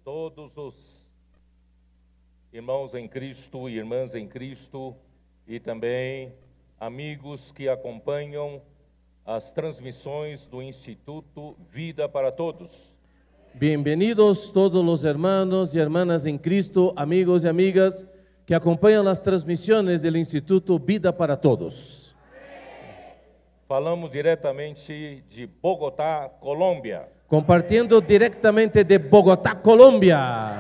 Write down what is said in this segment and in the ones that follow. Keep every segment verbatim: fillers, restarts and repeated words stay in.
todos os irmãos em Cristo e irmãs em Cristo e também amigos que acompanham as transmissões do Instituto Vida para Todos. Bienvenidos todos los hermanos y hermanas en Cristo, amigos y amigas que acompañan las transmisiones del Instituto Vida para Todos. Falamos diretamente de Bogotá, Colômbia. Compartiendo directamente de Bogotá, Colombia.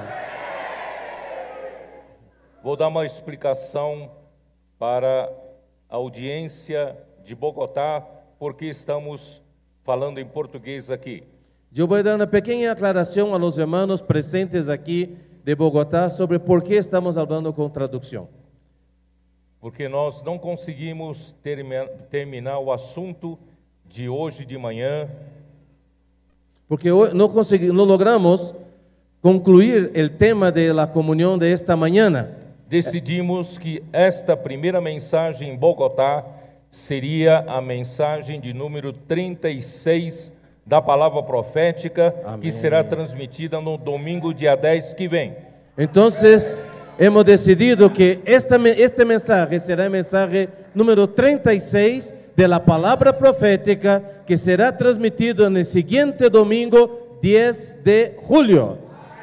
Vou dar uma explicação para a audiência de Bogotá, porque estamos falando em português aqui. Yo voy a dar una pequeña aclaración a los hermanos presentes aquí de Bogotá sobre por qué estamos hablando con traducción. Porque nós não conseguimos termi- terminar o assunto de hoje de manhã, Porque hoy no, consegui- no logramos concluir el tema de la comunión de esta mañana. decidimos que esta primeira mensagem em Bogotá seria a mensagem de número trinta e seis da palavra profética, Amém. que será transmitida no domingo, dia dez que vem. Entonces, hemos decidido que esta, me- este mensaje será el mensaje número treinta y seis de la palabra profética que será transmitido en el siguiente domingo, diez de julio.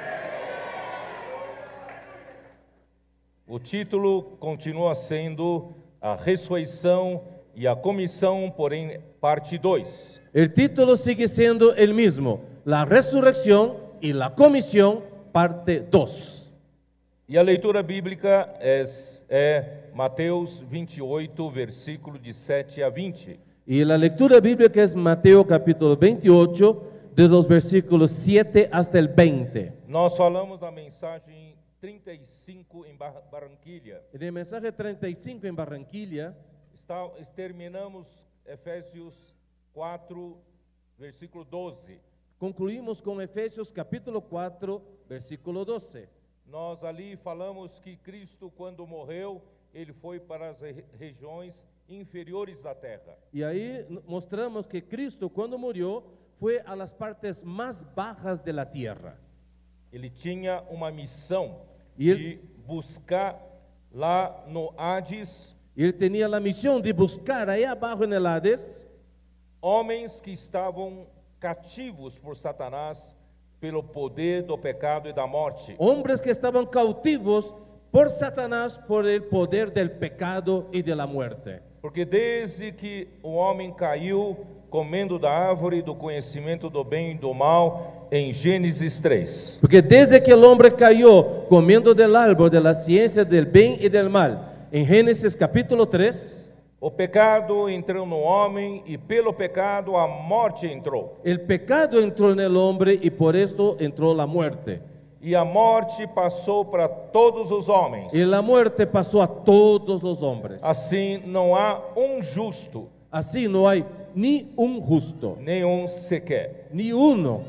O título continua sendo A Ressurreição e a Comissão, porém, parte dois. El título sigue siendo el mismo, la resurrección y la comisión, parte dos. E a leitura bíblica é, é Mateus vinte e oito, versículo de sete a vinte. Y la lectura bíblica es Mateo capítulo veintiocho, de los versículos siete hasta el veinte. Nós falamos da mensagem trinta e cinco em Bar- Barranquilha. En el mensaje treinta y cinco en Barranquilla, Está, terminamos Efésios quatro, versículo doze. concluimos con Efesios capítulo cuatro, versículo doce. Nós ali falamos que Cristo, quando morreu, ele foi para as re- regiões inferiores da terra. Y ahí n- mostramos que Cristo cuando murió fue a las partes más bajas de la tierra. Ele tinha uma missão E de ele- buscar lá no Hades Y él tenía la misión de buscar ahí abajo en el Hades homens que estavam cativos por Satanás pelo poder do pecado e da morte. hombres que estaban cautivos por Satanás por el poder del pecado y de la muerte. Porque desde que o homem caiu comendo da árvore do conhecimento do bem e do mal, em Gênesis três, Porque desde que el hombre cayó comiendo del árbol de la ciencia del bien y del mal, en Génesis capítulo tres, o pecado entrou no homem e pelo pecado a morte entrou. el pecado entró en el hombre y por esto entró la muerte. E a morte passou para todos os homens. Y la muerte pasó a todos los hombres. Assim, não há um justo, Así no hay ni un justo, nenhum sequer. ni uno.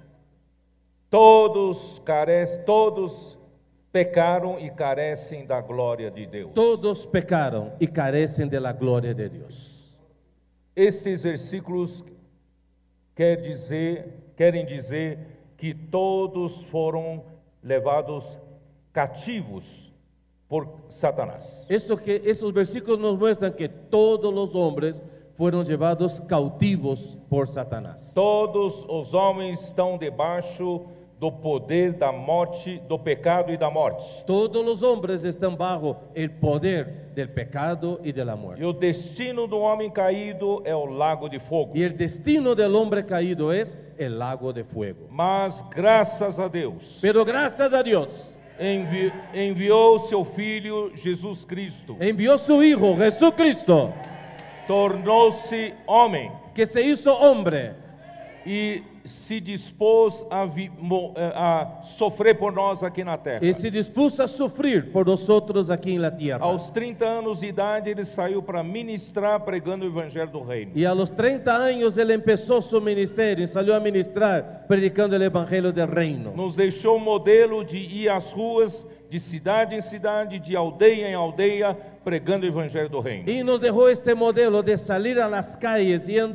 Todos carecem, todos pecaram e carecem da glória de Deus. Todos pecaron y carecen de la gloria de Dios. Estes versículos quer dizer, querem dizer que todos foram levados cativos por Satanás. Esto que, esos versículos nos muestran que todos los hombres fueron llevados cautivos por Satanás. Todos os homens estão debaixo do poder da morte, do pecado e da morte. Todos los hombres están bajo el poder del pecado y de la E muerte. o destino do homem caído é o lago de fogo. Y el destino del hombre caído es el lago de fuego. Mas graças a Deus, Pero gracias a Dios, envi enviou seu filho Jesus Cristo, envió su Hijo Jesucristo, tornou-se homem que se hizo hombre e se dispôs a, vi- mo- eh, a sofrer por nós aqui na terra. y se dispuso a sufrir por nosotros aquí en la tierra. Aos trinta anos de idade, ele saiu para ministrar, pregando o evangelho do reino. Y a los treinta años él empezó su ministerio y salió a ministrar predicando el evangelio del reino. Nos deixou um modelo de ir às ruas, de cidade em cidade, de aldeia em aldeia, pregando o evangelho do reino. Y nos dejó este modelo de salir a las calles yendo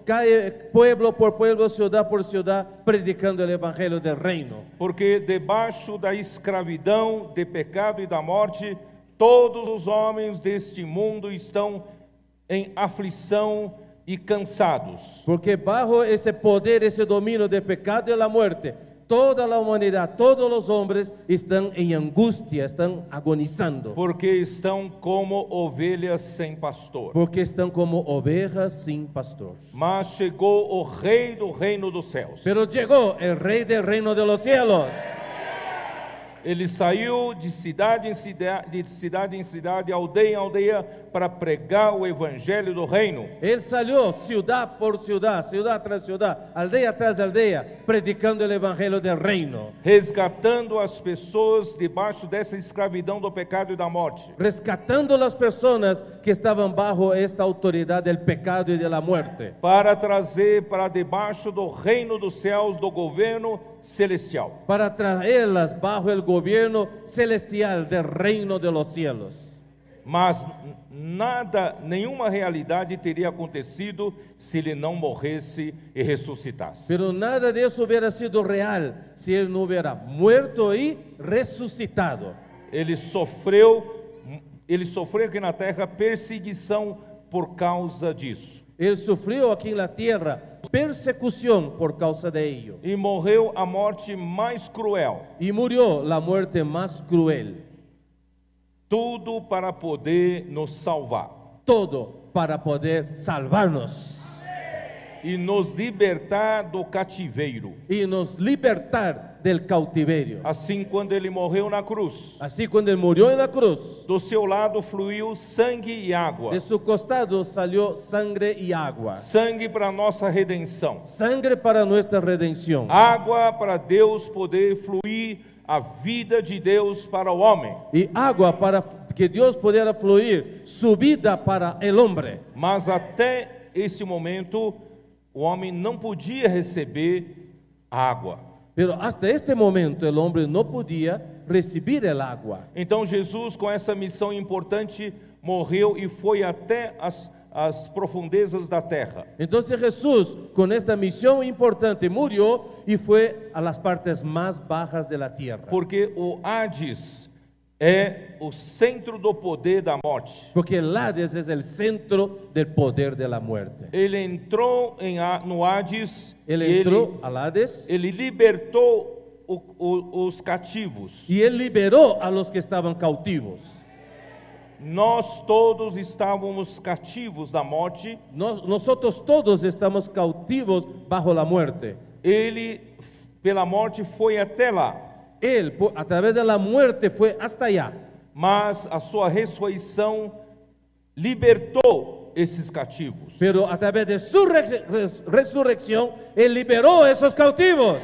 cae pueblo por pueblo, ciudad por ciudad, predicando el evangelio del reino. Porque debaixo da escravidão, de pecado e da morte, todos os homens deste mundo estão em aflição e cansados. Porque bajo ese poder, ese dominio de pecado y la muerte, toda la humanidad, todos los hombres están en angustia, están agonizando. Porque estão como ovelhas sem pastor. Porque están como ovejas sin pastor. Mas chegou o Rei do reino dos céus. Pero llegó el rey del reino de los cielos. Ele saiu de cidade em cidade, de cidade em cidade, aldeia em aldeia, para pregar o evangelho do reino. Él salió ciudad por ciudad, ciudad tras ciudad, aldea tras aldea, predicando el evangelio del reino. Resgatando as pessoas debaixo dessa escravidão do pecado e da morte. Rescatando las personas que estaban bajo esta autoridad del pecado y de la muerte. Para trazer para debaixo do reino dos céus, do governo celestial. Para traerlas bajo el gobierno celestial del reino de los cielos. Mas nada, nenhuma realidade teria acontecido se ele não morresse e ressuscitasse. Pero nada de eso hubiera sido real si él no hubiera muerto y resucitado. Ele sofreu, ele sofreu aqui na terra perseguição por causa disso. Él sufrió aquí en la tierra persecución por causa de ello. E morreu a morte mais cruel. Y murió la muerte más cruel. Tudo para poder nos salvar. Todo para poder salvarnos. E nos libertar do cativeiro. Y nos libertar del cautiverio. Assim, quando ele morreu na cruz, Así cuando él murió en la cruz, do seu lado fluiu sangue e água. de su costado salió sangre y agua. Sangue para nossa redenção. Sangre para nuestra redención. Água para Deus poder fluir a vida de Deus para o homem. Y agua para que Dios pudiera fluir su vida para el hombre. Mas até esse momento, o homem não podia receber água. Pero hasta este momento el hombre no podía recibir el agua. Então Jesus, com essa missão importante, morreu e foi até as, as profundezas da terra. Entonces Jesús, con esta misión importante, murió y fue a las partes más bajas de la tierra. Porque o Hades é o centro do poder da morte. Porque el Hades es el centro del poder de la muerte. Ele entrou em, A- no Hades, Él e entró al Hades ele, ele libertou o, o, os cativos. y él liberó a los que estaban cautivos. Nós todos estávamos cativos da morte. Nos- nosotros todos estamos cautivos bajo la muerte. Ele, pela morte, foi até lá. Él, po- a través de la muerte, fue hasta allá. Mas a sua ressurreição libertou esses cativos. Pero a través de su re- res- resurrección, él liberó a esos cautivos.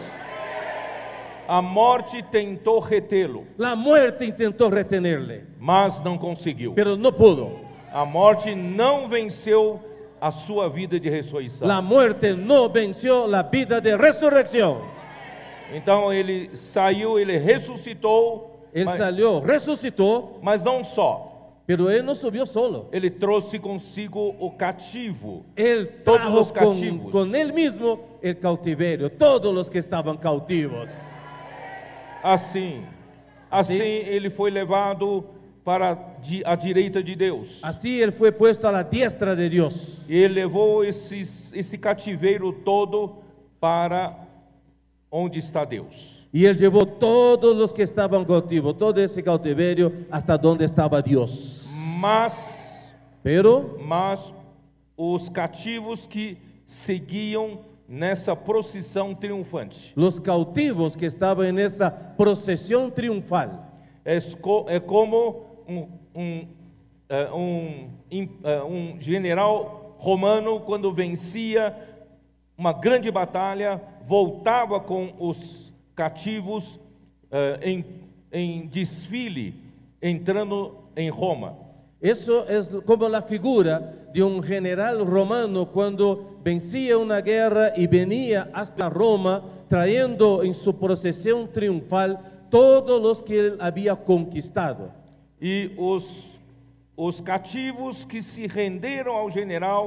A morte tentou retê-lo, La muerte intentó retenerle, mas não conseguiu. pero no pudo. A morte não venceu a sua vida de ressurreição. La muerte no venció la vida de resurrección. Então ele saiu, ele ressuscitou, Él mas, salió, resucitó, mas não só. pero él no subió solo. Ele trouxe consigo o cativo. Él Todos trajo los con, cautivos. con él mismo el cautiverio, todos los que estaban cautivos. Assim, assim, Assim. ele foi levado para di- a direita de Deus. Así él fue puesto a la diestra de Dios. E ele levou esses, esse cativeiro todo para onde está Deus. Y él llevó todos los que estaban cautivos, todo ese cautiverio hasta donde estaba Dios. Mas, Pero mas os cativos que seguiam nessa procissão triunfante, los cautivos que estaban en esa procesión triunfal, é, co- é como um, um, é, um, im- é, um general romano, quando vencia uma grande batalha, voltava com os cativos eh, em, em desfile, entrando em Roma. eso es como la figura de un general romano cuando vencía una guerra y venía hasta Roma trayendo en su procesión triunfal todos los que él había conquistado. E os, os cativos que se renderam ao general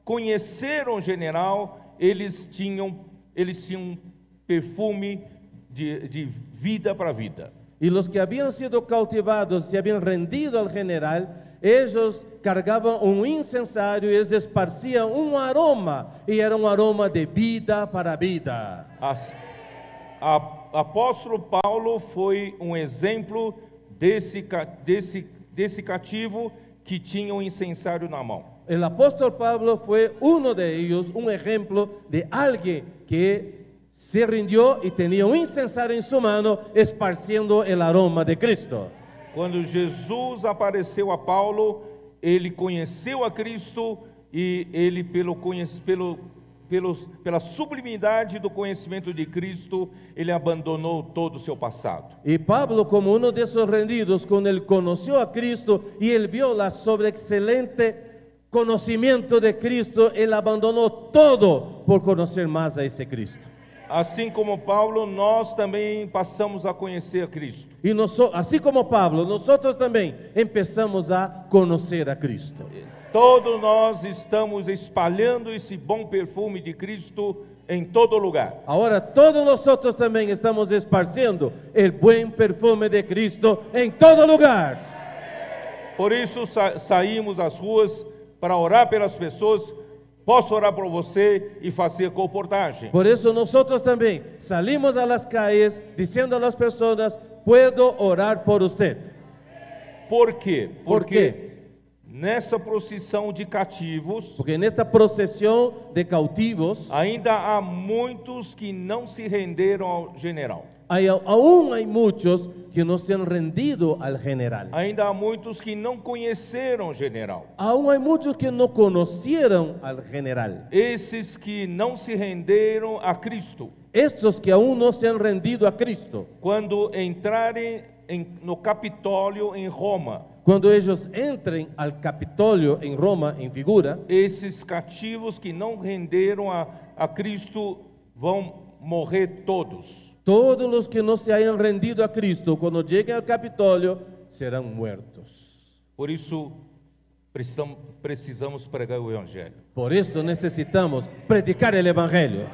conheceram o general, eles tinham, eles tinham um perfume de, de vida para vida. Y los que habían sido cautivados, se habían rendido al general, ellos cargaban un incensario y ellos esparcían un aroma, y era un aroma de vida para vida. As, a, apóstolo Paulo foi um exemplo desse, desse, desse cativo que tinha um incensário na mão. El apóstol Pablo fue uno de ellos, un ejemplo de alguien que se rindió y tenía un incensario en su mano, esparciendo el aroma de Cristo. Quando Jesus apareceu a Paulo, ele conheceu a Cristo e ele, pelo, pelo, pelos, pela sublimidade do conhecimento de Cristo, ele abandonou todo o seu passado. Y Pablo, como uno de esos rendidos, cuando él conoció a Cristo y él vio la sobreexcelente conocimiento de Cristo, él abandonó todo por conocer más a ese Cristo. Assim como Paulo, nós também passamos a conhecer a Cristo. Y noso- así como Pablo, nosotros también empezamos a conocer a Cristo. Todos nós estamos espalhando esse bom perfume de Cristo em todo lugar. Ahora todos nosotros también estamos esparciendo el buen perfume de Cristo en todo lugar. Por isso sa saímos às ruas para orar pelas pessoas. Posso orar por você e fazer comportagem. Por eso nosotros también salimos a las calles diciendo a las personas, puedo orar por usted. Por quê? ¿Por Porque qué? nessa procissão de cativos, Porque en esta procesión de cautivos, ainda há muitos que não se renderam ao general. hay, aún hay muchos que no se han rendido al general. Ainda há muitos que não conheceram o general. Aún hay muchos que no conocieron al general. Esses que não se renderam a Cristo, Estos que aún no se han rendido a Cristo, quando entrarem em, no Capitólio em Roma, cuando ellos entren al Capitolio en Roma en figura, esses cativos que não renderam a, a Cristo vão morrer todos. todos los que no se hayan rendido a Cristo, cuando lleguen al Capitolio, serán muertos. Por isso, precisamos, precisamos pregar o Evangelho. Por eso necesitamos predicar el Evangelio.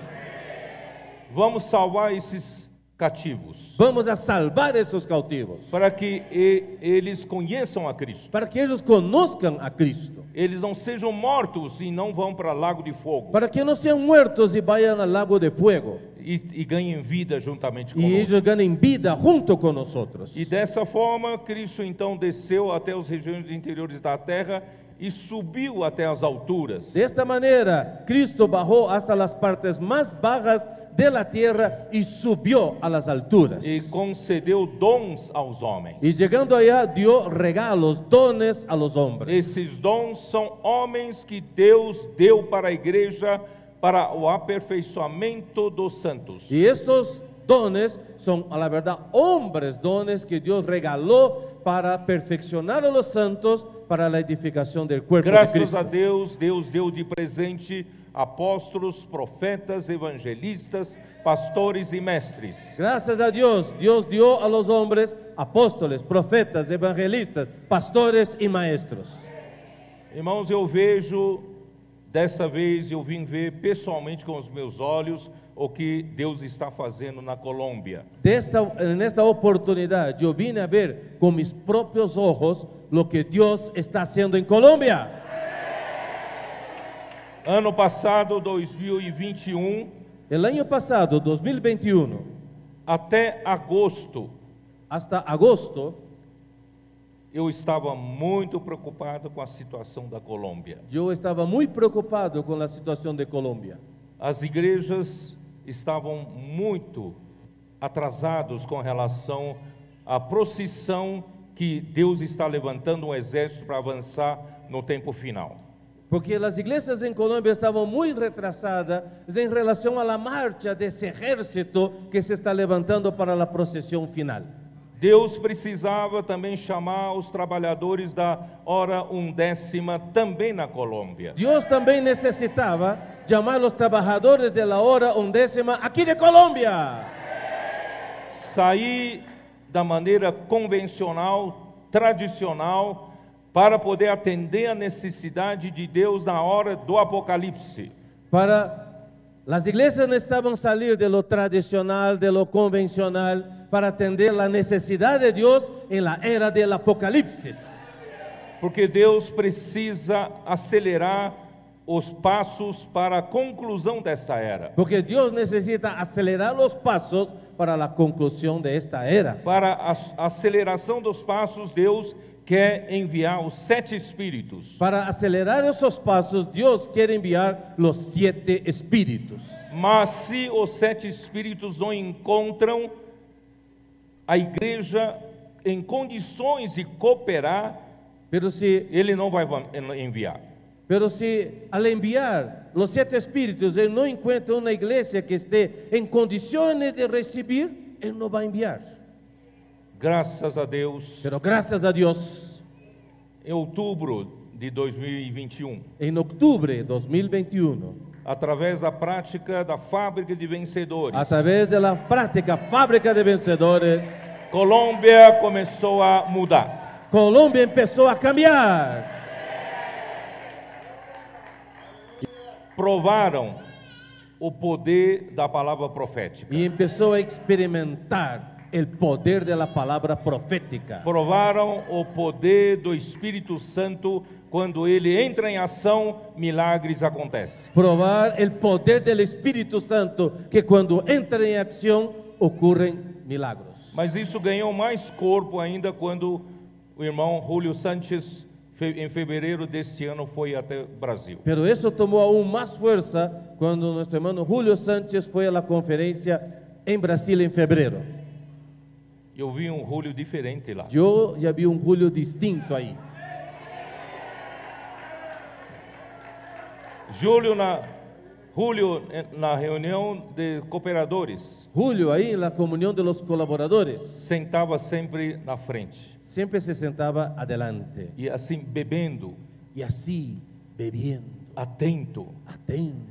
Vamos salvar esses cativos, Vamos a salvar esos cautivos, para que e, eles conheçam a Cristo. para que ellos conozcan a Cristo, Eles não sejam mortos e não vão para lago de fogo. para que no sean muertos y vayan al lago de fuego, E, e ganhem vida juntamente y conosco. ellos ganen vida junto con nosotros. E dessa forma, Cristo então desceu até as regiões interiores da terra e subiu até as alturas. De esta manera, Cristo bajó hasta las partes más bajas de la tierra y subió a las alturas. E concedeu dons aos homens. Y llegando allá, dio regalos, dones a los hombres. Esses dons são homens que Deus deu para a igreja para o aperfeiçoamento dos santos. Y estos dones son, a la verdad, hombres, dones que Dios regaló para perfeccionar a los santos para la edificación del cuerpo de Graças a Cristo. Deus, Deus deu de presente apóstolos, profetas, evangelistas, pastores e mestres. Gracias a Dios, Dios dio a los hombres apóstoles, profetas, evangelistas, pastores y maestros. Irmãos, eu vejo, dessa vez eu vim ver pessoalmente com os meus olhos o que Deus está fazendo na Colômbia. De esta, en esta oportunidad yo vine a ver con mis propios ojos lo que Dios está haciendo en Colombia. Ano passado, dois mil e vinte e um, El año pasado, dos mil veintiuno, até agosto, hasta agosto, eu estava muito preocupado com a situação da Colômbia. yo estaba muy preocupado con la situación de Colombia. As igrejas estavam muito atrasados com relação à procissão que Deus está levantando um exército para avançar no tempo final. Porque las iglesias en Colombia estaban muy retrasadas en relación a la marcha de ese ejército que se está levantando para la procesión final. Deus precisava também chamar os trabalhadores da hora undécima também na Colômbia. Dios también necesitaba llamar a los trabajadores de la hora undécima aquí de Colombia. Sair da maneira convencional, tradicional, para poder atender a necessidade de Deus na hora do Apocalipse. Para las iglesias necesitaban salir de lo tradicional, de lo convencional, para atender la necesidad de Dios en la era del Apocalipsis. Porque Deus precisa acelerar os passos para a conclusão desta era. Porque Dios necesita acelerar los pasos para la conclusión de esta era. Para a aceleração dos passos, Deus quer enviar os sete espíritos. Para acelerar esos pasos, Dios quiere enviar los siete espíritus. Mas se os sete espíritos não encontram a igreja em condições de cooperar, Pero si, ele não vai enviar. pero si al enviar los siete espíritus, Él no encuentra una iglesia que esté en condiciones de recibir, Él no va a enviar. Graças a Deus, Pero gracias a Dios, em outubro de dois mil e vinte e um, en octubre de dos mil veintiuno, através da prática da Fábrica de Vencedores, a través de la práctica Fábrica de Vencedores, Colômbia começou a mudar. Colombia empezó a cambiar. Provaram o poder da palavra profética. Y empezó a experimentar el poder de la palabra profética. Provaram o poder do Espírito Santo. Quando ele entra em ação, milagres acontecem. Probar el poder del Espíritu Santo, que cuando entra en acción ocurren milagros. Mas isso ganhou mais corpo ainda quando o irmão Julio Sánchez, em fevereiro deste ano, foi até o Brasil. Pero eso tomó aún más fuerza cuando nuestro hermano Julio Sánchez fue a la conferencia en Brasil en febrero. Eu vi um Julio diferente lá. Yo ya vi un Julio distinto ahí. Julio na, Julio na reunião de cooperadores, Julio ahí en la comunión de los colaboradores sentava sempre na frente siempre se sentaba adelante e assim bebendo, y así bebiendo, atento, atento,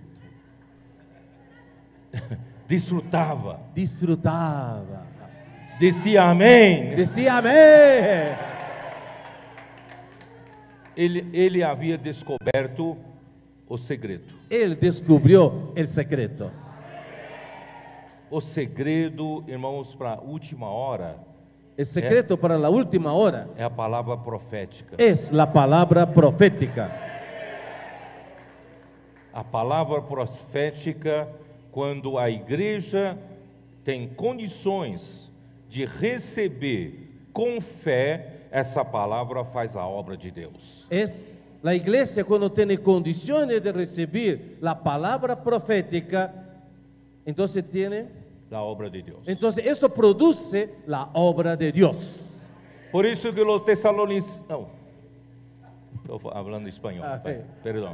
desfrutava, disfrutaba, dizia amém. decía amén. Ele, ele havia descoberto o segredo. Él descubrió el secreto. O segredo, irmãos, para a última hora El secreto para la última hora é a palavra profética. es la palabra profética. A palavra profética, quando a igreja tem condições de receber com fé, essa palavra faz a obra de Deus. Es la iglesia cuando tiene condiciones de recibir la palabra profética, entonces tiene, Da obra de Deus. entonces esto produce la obra de Dios. Por isso que os Tessalonicenses, não, estou falando espanhol, Ah, pai, é. perdão.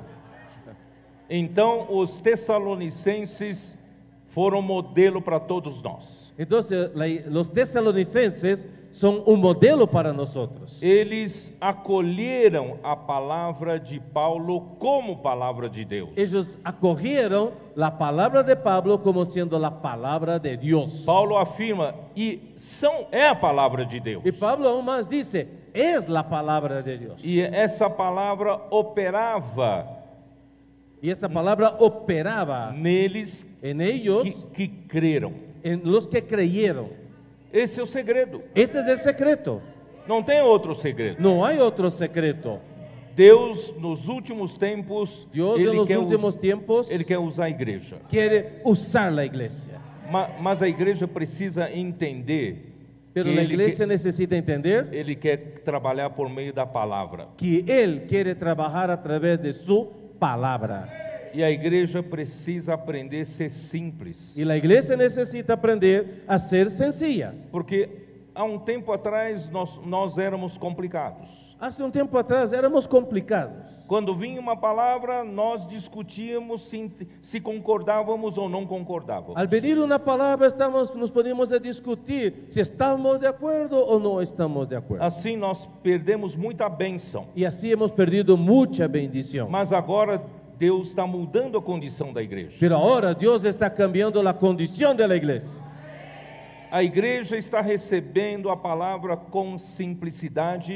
Então os Tessalonicenses foram modelo para todos nós. Entonces la- los tesalonicenses son un modelo para nosotros. Eles acolheram a palavra de Paulo como palavra de Deus. Ellos acogieron la palabra de Pablo como siendo la palabra de Dios. Paulo afirma, e são, é a palavra de Deus. Y Pablo aún más dice, es la palabra de Dios. E essa palavra operava Y esa palabra operaba neles en ellos, que, que creram. en los que creyeron. Esse é o segredo. Este es el secreto. Não tem outro segredo. No hay otro secreto. Deus, nos últimos tempos, Dios ele en los quer últimos us- tiempos Ele quer usar a igreja. quiere usar la iglesia. Ma- Mas a igreja precisa entender Pero que la ele, iglesia quer, necesita entender ele quer trabalhar por meio da palavra. que Él quiere trabajar a través de su palabra. E a igreja precisa aprender a ser simples. Y la iglesia necesita aprender a ser sencilla. Porque há um tempo atrás nós, nós éramos complicados. Hace un tiempo atrás éramos complicados. Quando vinha uma palavra, nós discutíamos se, se concordávamos ou não concordávamos. Al venir una palabra estamos, nos ponemos a discutir si estamos de acuerdo o no estamos de acuerdo. Assim nós perdemos muita bênção. Y así hemos perdido mucha bendición. Mas agora Deus está mudando a condição da igreja. Pero ahora Dios está cambiando la condición de la iglesia. A igreja está recebendo a palavra com simplicidade,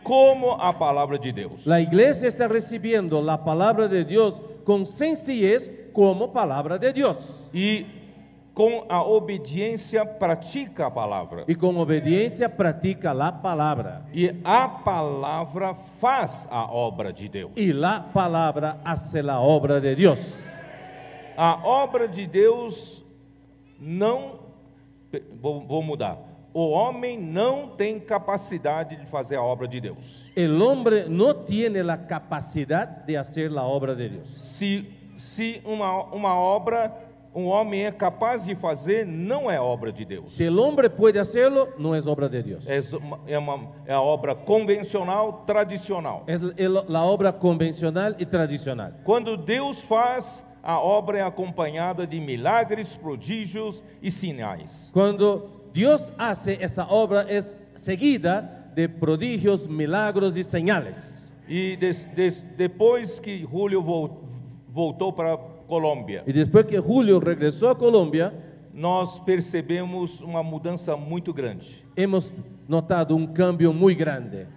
como a palavra de Deus. La iglesia está recibiendo la palabra de Dios con sencillez como palabra de Dios. E com a obediência pratica a palavra. Y con obediencia practica la palabra. E a palavra faz a obra de Deus. Y la palabra hace la obra de Dios. A obra de Deus não, vou, vou mudar. O homem não tem capacidade de fazer a obra de Deus. El hombre no tiene la capacidad de hacer la obra de Dios. Se, se uma, uma obra, um homem é capaz de fazer, não é obra de Deus. Si el hombre puede hacerlo, no es obra de Dios. É, uma, é, uma, é a obra convencional, tradicional. Es el- la obra convencional y tradicional. Quando Deus faz, a obra é acompanhada de milagres, prodígios e sinais. Cuando Dios hace esa obra es seguida de prodigios, milagros y señales. E des, des, depois que Julio vol, voltou para Colômbia, Y después que Julio regresó a Colombia, nós percebemos uma mudança muito grande. hemos notado un cambio muy grande.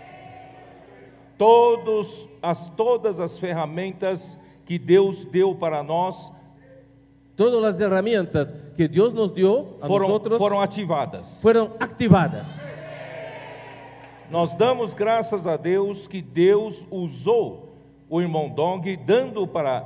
Todos, as, todas as ferramentas que Deus deu para nós Todas las herramientas que Dios nos dio a foram, nosotros foram ativadas. fueron activadas. Nós damos graças a Deus que Deus usou o irmão Dong, dando para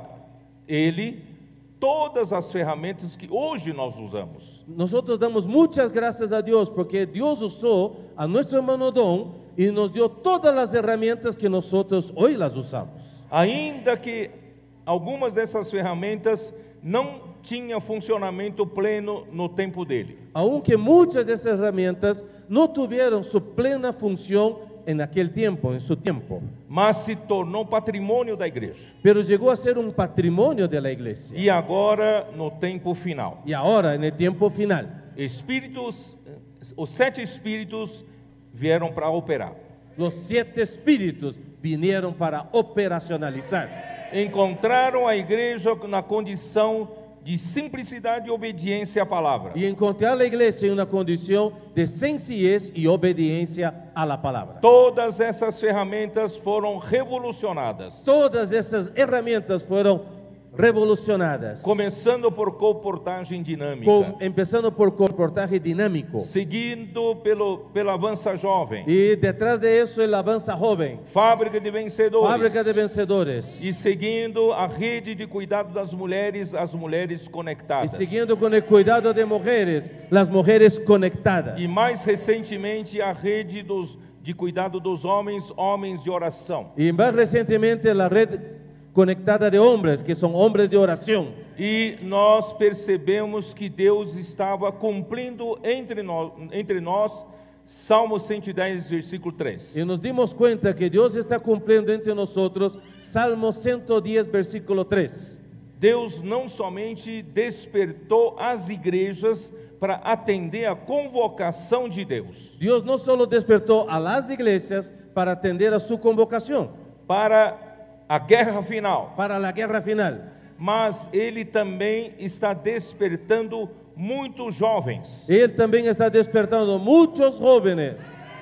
ele todas as ferramentas que hoje nós usamos. Nosotros damos muchas gracias a Dios porque Dios usó a nuestro hermano Don y nos dio todas las herramientas que nosotros hoy las usamos. Ainda que algumas dessas ferramentas não tinham funcionamento pleno no tempo dele. Aunque muchas de esas herramientas no tuvieron su plena función en aquel tiempo, en su tiempo, Mas se tornou patrimônio da igreja. pero llegó a ser un patrimonio de la iglesia. E agora, no tempo final, Y ahora, en el tiempo final, espíritos, os sete espíritos vieram para operar. los siete espíritus vinieron para operacionalizar. Encontraram a igreja na condição de simplicidade e obediência à palavra. Y encontrar a la iglesia en una condición de sencillez y obediencia a la palabra. Todas essas ferramentas foram revolucionadas, Todas esas herramientas fueron revolucionadas, começando por comportagem dinâmica, com- empezando por comportaje dinámico. seguindo pelo pela Avança Jovem, Y detrás de eso el Avanza Joven, Fábrica de Vencedores, Fábrica de Vencedores. e seguindo a rede de cuidado das mulheres, as mulheres Y conectadas. siguiendo con el cuidado de mujeres, las mujeres conectadas. E mais recentemente a rede dos, de cuidado dos homens, homens de oração. Y más recientemente la red conectada de hombres, que son hombres de oración. E nós percebemos que Deus estava cumprindo entre nós, entre nós Salmo cento e dez, versículo três. Y nos dimos cuenta que Dios está cumpliendo entre nosotros Salmo ciento diez, versículo tres. Deus não somente despertou as igrejas para atender a convocação de Deus, Dios no solo despertó a las iglesias para atender a su convocación, para a guerra final, para la guerra final, mas Ele também está despertando muitos jovens. Él también está despertando muchos jóvenes.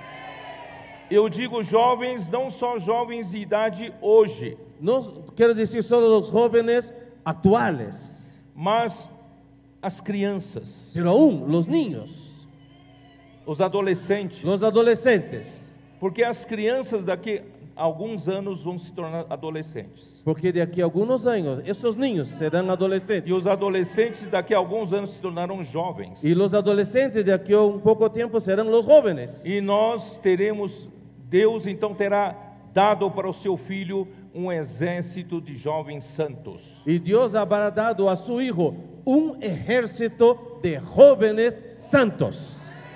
Eu digo jovens, não só jovens de idade hoje, No quiero decir solo los jóvenes actuales, mas as crianças, pero aún los niños, os adolescentes, los adolescentes, porque as crianças daqui a alguns anos vão se tornar adolescentes. porque de aquí a algunos años esos niños serán adolescentes. E os adolescentes daqui a alguns anos se tornaram jovens. Y los adolescentes de aquí a un poco tiempo serán los jóvenes. E nós teremos, Deus então terá dado para o seu filho um exército de jovens santos. Y Dios habrá dado a su hijo un ejército de jóvenes santos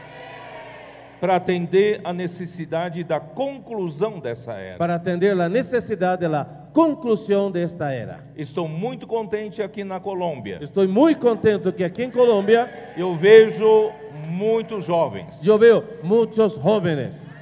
Para atender a necessidade da conclusão dessa era. para atender la necesidad de la conclusión de esta era. Estou muito contente aqui na Colômbia. Estoy muy contento que aquí en Colombia Eu vejo muitos jovens. yo veo muchos jóvenes.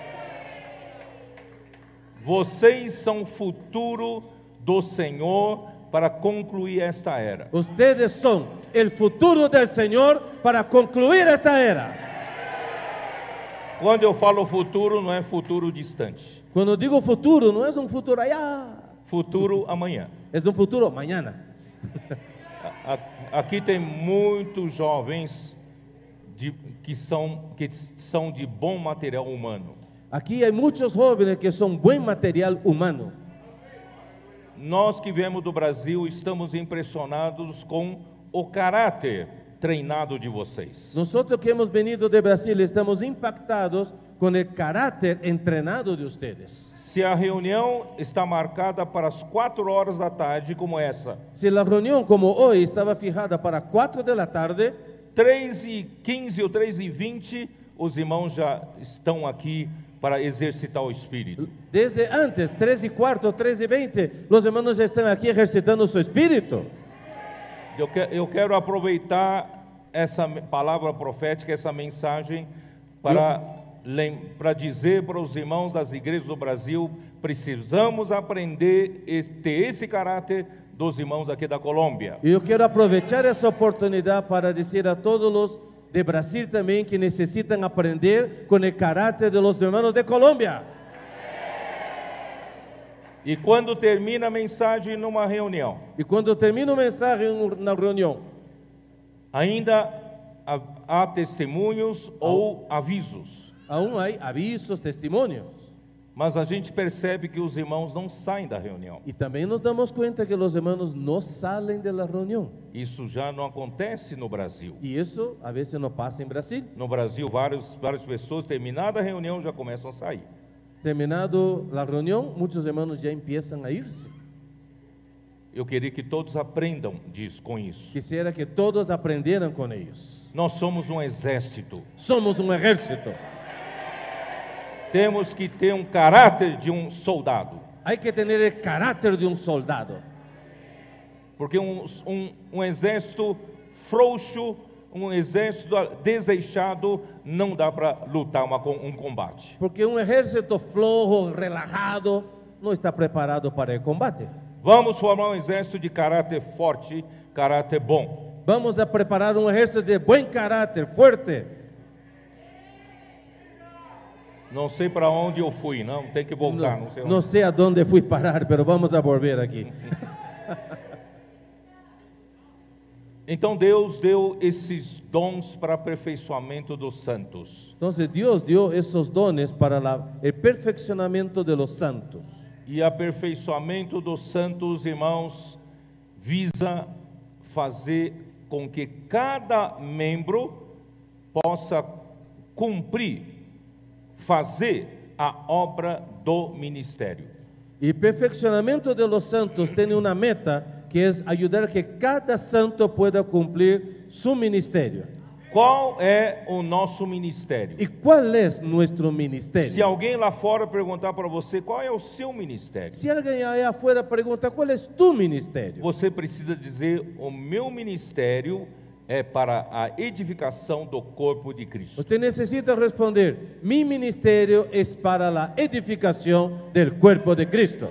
Vocês são o futuro do Senhor para concluir esta era. Ustedes son el futuro del Señor para concluir esta era. Quando eu falo futuro, não é futuro distante. Cuando digo futuro, no es un futuro allá, Futuro amanhã. es un futuro mañana. A- a- Aqui tem muitos jovens de, que, são, que são de bom material humano. Aquí hay muchos jóvenes que son buen material humano. Nós que viemos do Brasil estamos impressionados com o caráter treinado de vocês. Nosotros que hemos venido de Brasil estamos impactados con el carácter entrenado de ustedes. Se a reunião está marcada para as quatro horas da tarde, como essa, Si la reunión como hoy estaba fijada para cuatro de la tarde, três e quinze ou três e vinte, os irmãos já estão aqui para exercitar o Espírito. desde antes, tres y cuarto, tres y veinte, los hermanos ya están aquí ejercitando su espíritu. Eu, que, eu quero aproveitar essa me- palavra profética, essa mensagem, para, lem- para dizer para os irmãos das igrejas do Brasil: precisamos aprender a ter esse caráter dos irmãos aqui da Colômbia. Y yo quiero aprovechar esa oportunidad para decir a todos los de Brasil también que necesitan aprender con el carácter de los hermanos de Colombia. E quando termina a mensagem numa reunião, Y cuando termino un mensaje en una reunión, ainda há, há testemunhos ou avisos, aún hay avisos, testimonios. mas a gente percebe que os irmãos não saem da reunião. Y también nos damos cuenta que los hermanos no salen de la reunión. Isso já não acontece no Brasil. Y eso a veces no pasa en Brasil. No Brasil, vários, várias pessoas, terminada a reunião, já começam a sair. Terminado la reunión, muchos hermanos ya empiezan a irse. Eu queria que todos aprendam disso, com isso. Quisiera que todos aprendieran con ellos. Nós somos um exército. Somos un ejército. Temos que ter um caráter de um soldado. Hay que tener el carácter de un soldado. Porque um, um, um exército frouxo, um exército desleixado, não dá para lutar uma, um combate. Porque un ejército flojo, relajado, no está preparado para el combate. Vamos formar um exército de caráter forte, caráter bom. Vamos a preparar un ejército de buen carácter, fuerte. Não sei para onde eu fui, não, tem que voltar, não, No, sei no onde. sé a dónde fui parar, pero vamos a volver aquí. Então Deus deu esses dons para aperfeiçoamento dos santos. Entonces Dios dio esos dones para la- el perfeccionamiento de los santos. E aperfeiçoamento dos santos, irmãos, visa fazer com que cada membro possa cumprir, fazer a obra do ministério. Y perfeccionamiento de los santos tiene una meta que es ayudar a que cada santo pueda cumplir su ministerio. Qual é o nosso ministério? ¿Y cuál es nuestro Se ministerio? alguém lá fora perguntar para você qual é o seu ministério, Si alguien allá afuera pregunta, ¿cuál es tu ministerio? você precisa dizer: o meu ministério é para a edificação do corpo de Cristo. Usted necesita responder, mi ministerio es para la edificación del cuerpo de Cristo.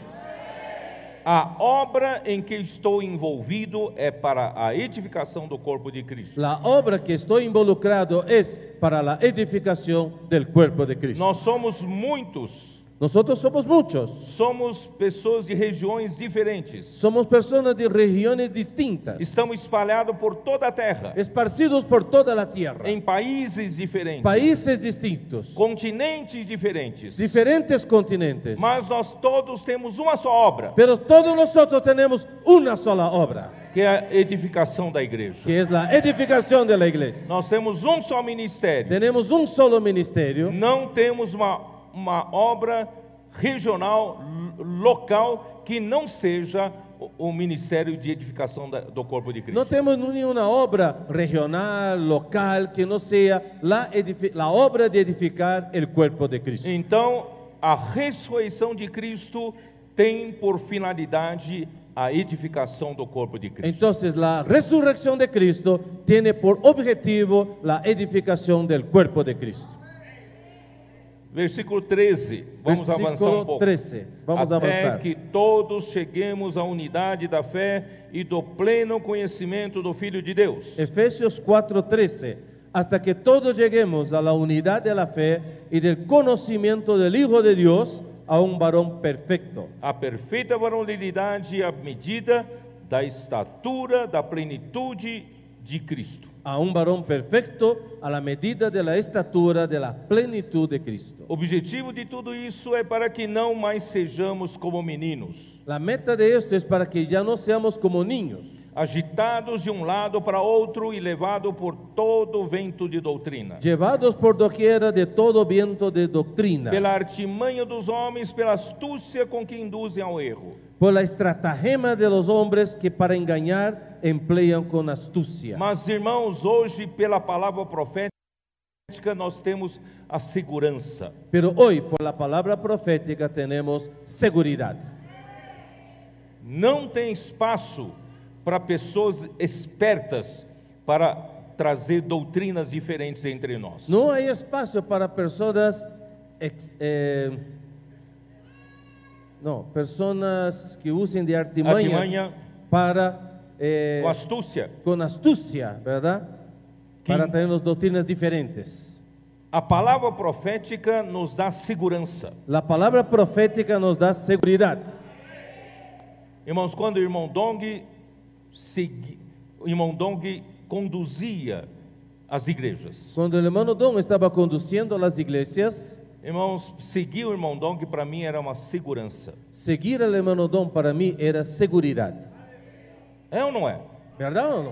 A obra em que estou envolvido é para a edificação do corpo de Cristo. La obra que estoy involucrado es para la edificación del cuerpo de Cristo. Nós somos muitos, Nosotros somos muchos, somos pessoas de regiões diferentes. somos personas de regiones distintas, Estamos espalhados por toda a terra, esparcidos por toda la tierra, em países diferentes, países distintos, continentes diferentes. diferentes continentes, Mas nós todos temos uma só obra, pero todos nosotros tenemos una sola obra, que é a edificação da igreja. que es la edificación de la iglesia. Nós temos um só ministério. Tenemos un solo ministerio, Não temos uma, uma obra regional, l- local, que não seja o, o ministério de edificação da, do corpo de no Cristo. tenemos ni una obra regional, local, que no sea la, edifi- la obra de edificar el cuerpo de Cristo. Então, a ressurreição de Cristo tem por finalidade a edificação do corpo de Cristo. Entonces la resurrección de Cristo tiene por objetivo la edificación del cuerpo de Cristo. Versículo treze, vamos avançar um Versículo pouco. trece, vamos Até avançar. que todos cheguemos à unidade da fé e do pleno conhecimento do Filho de Deus. Efesios cuatro trece, hasta que todos lleguemos a la unidad de la fe y del conocimiento del Hijo de Dios, a un varón perfecto. A perfeita varonilidade à medida da estatura da plenitude de Cristo. A un varón perfecto a la medida de la estatura de la plenitud de Cristo. O objetivo de tudo isso é para que não mais sejamos como meninos, La meta de esto es para que ya no seamos como niños, agitados de um lado para outro e levados por todo vento de doutrina, llevados por doquiera de todo viento de doctrina, pela artimanha dos homens, pela astúcia com que induzem ao erro. por la estratagema de los hombres que para engañar emplean con astucia. Mas, irmãos, hoje, pela palavra profética, nós temos a segurança. Pero hoy, por la palabra profética, tenemos seguridad. Não tem espaço para pessoas espertas para trazer doutrinas diferentes entre nós. No hay espacio para personas, ex- eh, no, personas que usen de artimañas Artimanha. para, eh, Com astúcia. con astucia, ¿verdad? Que- Para traernos doctrinas diferentes. A palavra profética nos dá segurança. La palabra profética nos da seguridad. Irmãos, quando o irmão Dong, segui, o irmão Dong conduzia as igrejas. Cuando el hermano Don estaba conduciendo las iglesias, Irmãos, seguir o irmão Dong para mim era uma segurança. seguir al hermano Don para mí era seguridad. É ou não é? ¿Verdad o no?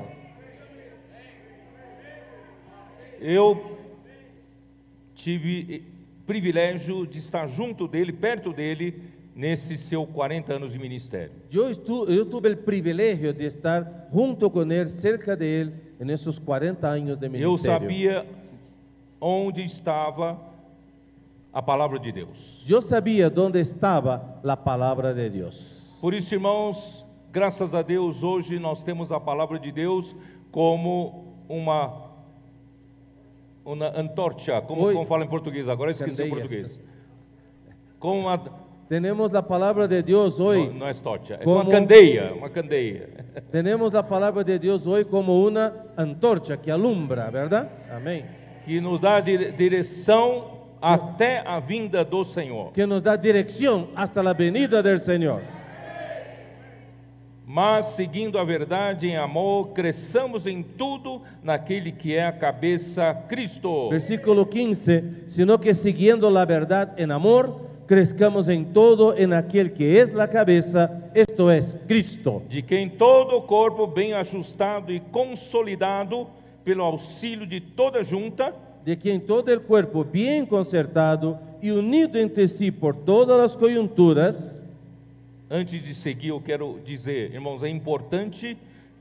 Eu tive privilégio de estar junto dele, perto dele, nesses seus quarenta anos de ministério. Yo, estu- yo tuve el privilegio de estar junto con él, cerca de él, en esos cuarenta años de Eu ministerio. sabia onde estava a palavra de Deus. Yo sabía dónde estaba la palabra de Dios. Por isso, irmãos, graças a Deus, hoje nós temos a palavra de Deus como uma uma antorcha, como, Oi. como fala em português agora, eu esqueci o Candeia. português. Como uma, Tenemos la palabra de Dios hoy. não, não é torcha, é Como- uma candeia, uma candeia. Tenemos la palabra de Dios hoy como una antorcha que alumbra, ¿verdad? Amén. Que nos dá dire- direção até a vinda do Senhor. Que nos da dirección hasta la venida del Señor. Mas, seguindo a verdade em amor, cresçamos em tudo naquele que é a cabeça, Cristo. Versículo quince, sino que siguiendo la verdad en amor, crezcamos en todo en aquel que es la cabeza, esto es Cristo, De quem todo o corpo bem ajustado e consolidado pelo auxílio de toda junta, de quien todo el cuerpo bien concertado y unido entre sí por todas las coyunturas. antes de seguir, eu quero dizer, irmãos, é importante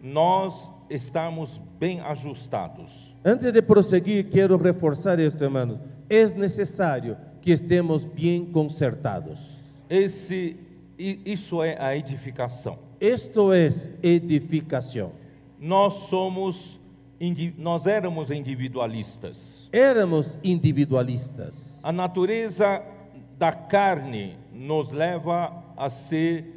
nós estarmos bem ajustados. Antes de proseguir, quiero reforzar esto, hermanos. Es necesario que estemos bien concertados. Esse, i- isso é a edificação. Esto es edificación. Nós somos, indi- nós éramos individualistas. Éramos individualistas. A natureza da carne nos leva a ser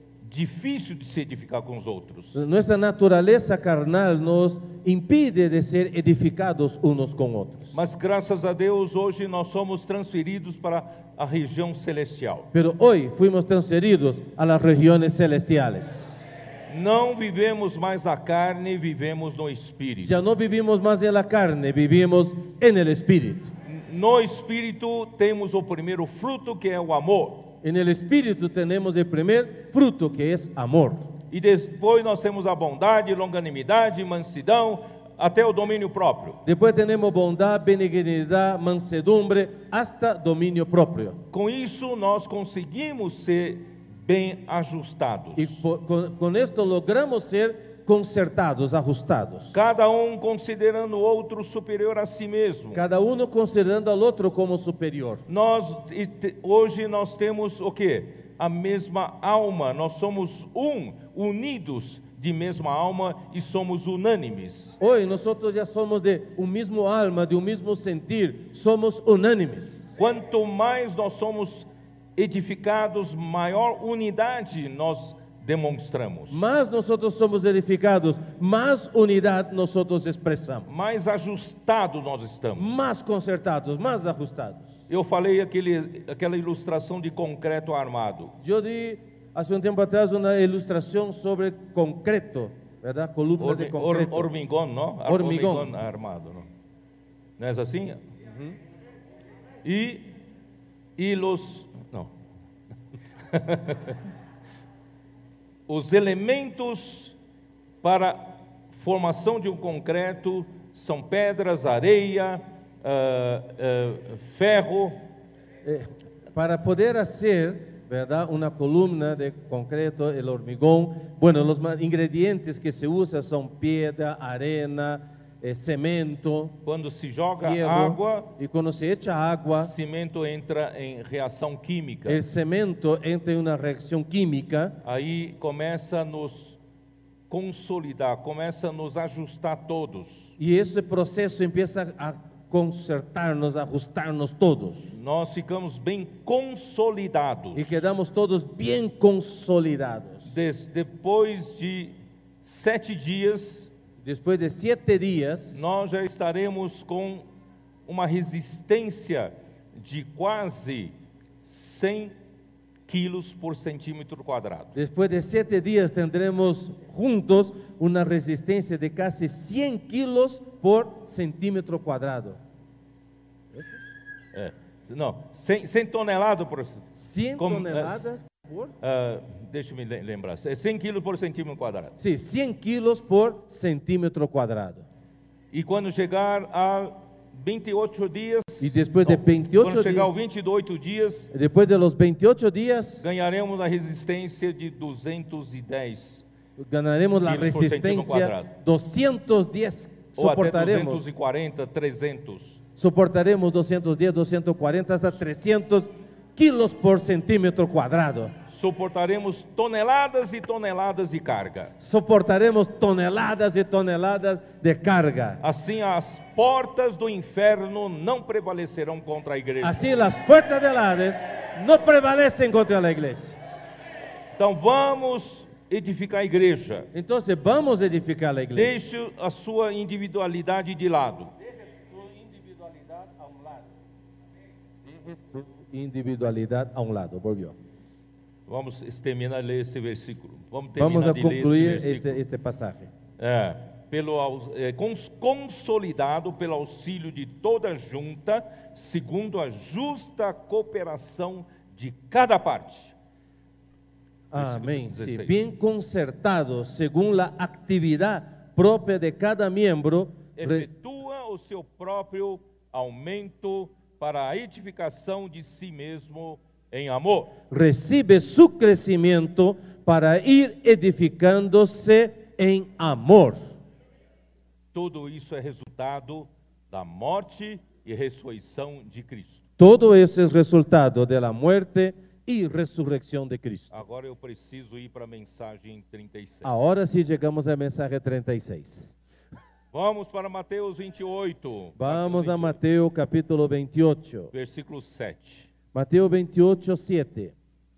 difícil de se edificar com os outros. Nuestra naturaleza carnal nos impide de ser edificados unos con otros. Mas graças a Deus, hoje nós somos transferidos para a região celestial. Pero hoy fuimos transferidos a las regiones celestiales. Não vivemos mais na carne, vivemos no Espírito. Ya no vivimos más en la carne, vivimos en el Espíritu. No Espírito temos o primeiro fruto, que é o amor. En el Espíritu tenemos el primer fruto, que es amor. E depois nós temos a bondade, longanimidade, mansidão, até o domínio próprio. Después tenemos bondad, benignidad, mansedumbre, hasta dominio propio. Com isso, nós conseguimos ser bem ajustados. Y po- con, con esto logramos ser concertados, ajustados. Cada um considerando o outro superior a si mesmo. Cada uno considerando al otro como superior. Nós e te- hoje nós temos o quê? A mesma alma. Nós somos um, unidos de mesma alma e somos unânimes. Hoy nosotros ya somos de un mismo alma, de un mismo sentir, somos unánimes. Quanto mais nós somos edificados, maior unidade nós demonstramos. más nosotros somos edificados, más unidad nosotros expresamos, Mais ajustados nós estamos. más concertados, más ajustados. Eu falei aquele, aquela ilustração de concreto armado. Yo di hace un tiempo atrás una ilustración sobre concreto, ¿verdad? Columna de Hormi- or- concreto. hormigón, não? Ar- Hormigón. hormigón armado, não? Não é assim? E e los não. Os elementos para formação de um concreto são pedras, areia, ah, ah, ferro. Eh, para poder hacer, ¿verdad? Una columna de concreto, el hormigón, bueno, los ma- ingredientes que se usan son piedra, arena, eh, cemento, Quando se joga hierro, água, y cuando se echa agua, cimento entra em reação química. el cemento entra en una reacción química Aí começa a nos consolidar, começa a nos ajustar todos. y ese proceso empieza a concertarnos, a ajustarnos todos Nós ficamos bem consolidados. y quedamos todos bien consolidados. Des- depois de sete dias, Después de siete días, nós já estaremos com uma resistência de quase cem quilos por centímetro quadrado. después de siete días tendremos juntos una resistencia de casi cien kilos por centímetro cuadrado. É, não, cem, cem toneladas por. cien Como- toneladas por... ah, deixa-me le- lembrar, é cem quilos por centímetro quadrado. Sí, cien kilos por centímetro cuadrado. E quando chegar a vinte e oito dias, E depois de vinte e oito quando chegar dias- aos vinte e oito dias, Después de los veintiocho días, ganharemos a resistência de duzentos e dez ganaremos la kilos por centímetro resistencia cuadrado. doscientos diez, ou até soportaremos. duzentos e quarenta, trezentos. Soportaremos doscientos diez, doscientos cuarenta hasta trescientos kilos por centímetro cuadrado. Suportaremos toneladas e toneladas de carga. Soportaremos toneladas y toneladas de carga. Assim, as portas do inferno não prevalecerão contra a igreja. Así las puertas del Hades no prevalecen contra la iglesia. Então vamos edificar a igreja. Entonces vamos a edificar la iglesia. Deixe a sua individualidade de lado. Individualidad a un lado, volvió. Vamos terminar de ler esse versículo. Vamos Vamos terminar a de ler esse concluir versículo. este, este pasaje. É, pelo, au- é, cons- consolidado pelo auxílio de toda a junta, segundo a justa cooperação de cada parte. Amén. Versículo Sí, dezesseis. bien concertado según la actividad propia de cada miembro, re- Efetua o seu próprio aumento para a edificação de si mesmo em amor. recibe su crecimiento para ir edificándose en amor. Tudo isso é resultado da morte e ressurreição de Cristo. Todo eso es resultado de la muerte y resurrección de Cristo. Agora eu preciso ir para a mensagem trinta e seis. Ahora sí llegamos al mensaje treinta y seis. Vamos para Mateus vinte e oito. Vamos a Mateus Mateo capítulo veintiocho. vinte e oito, versículo sete. Mateo veintiocho, siete.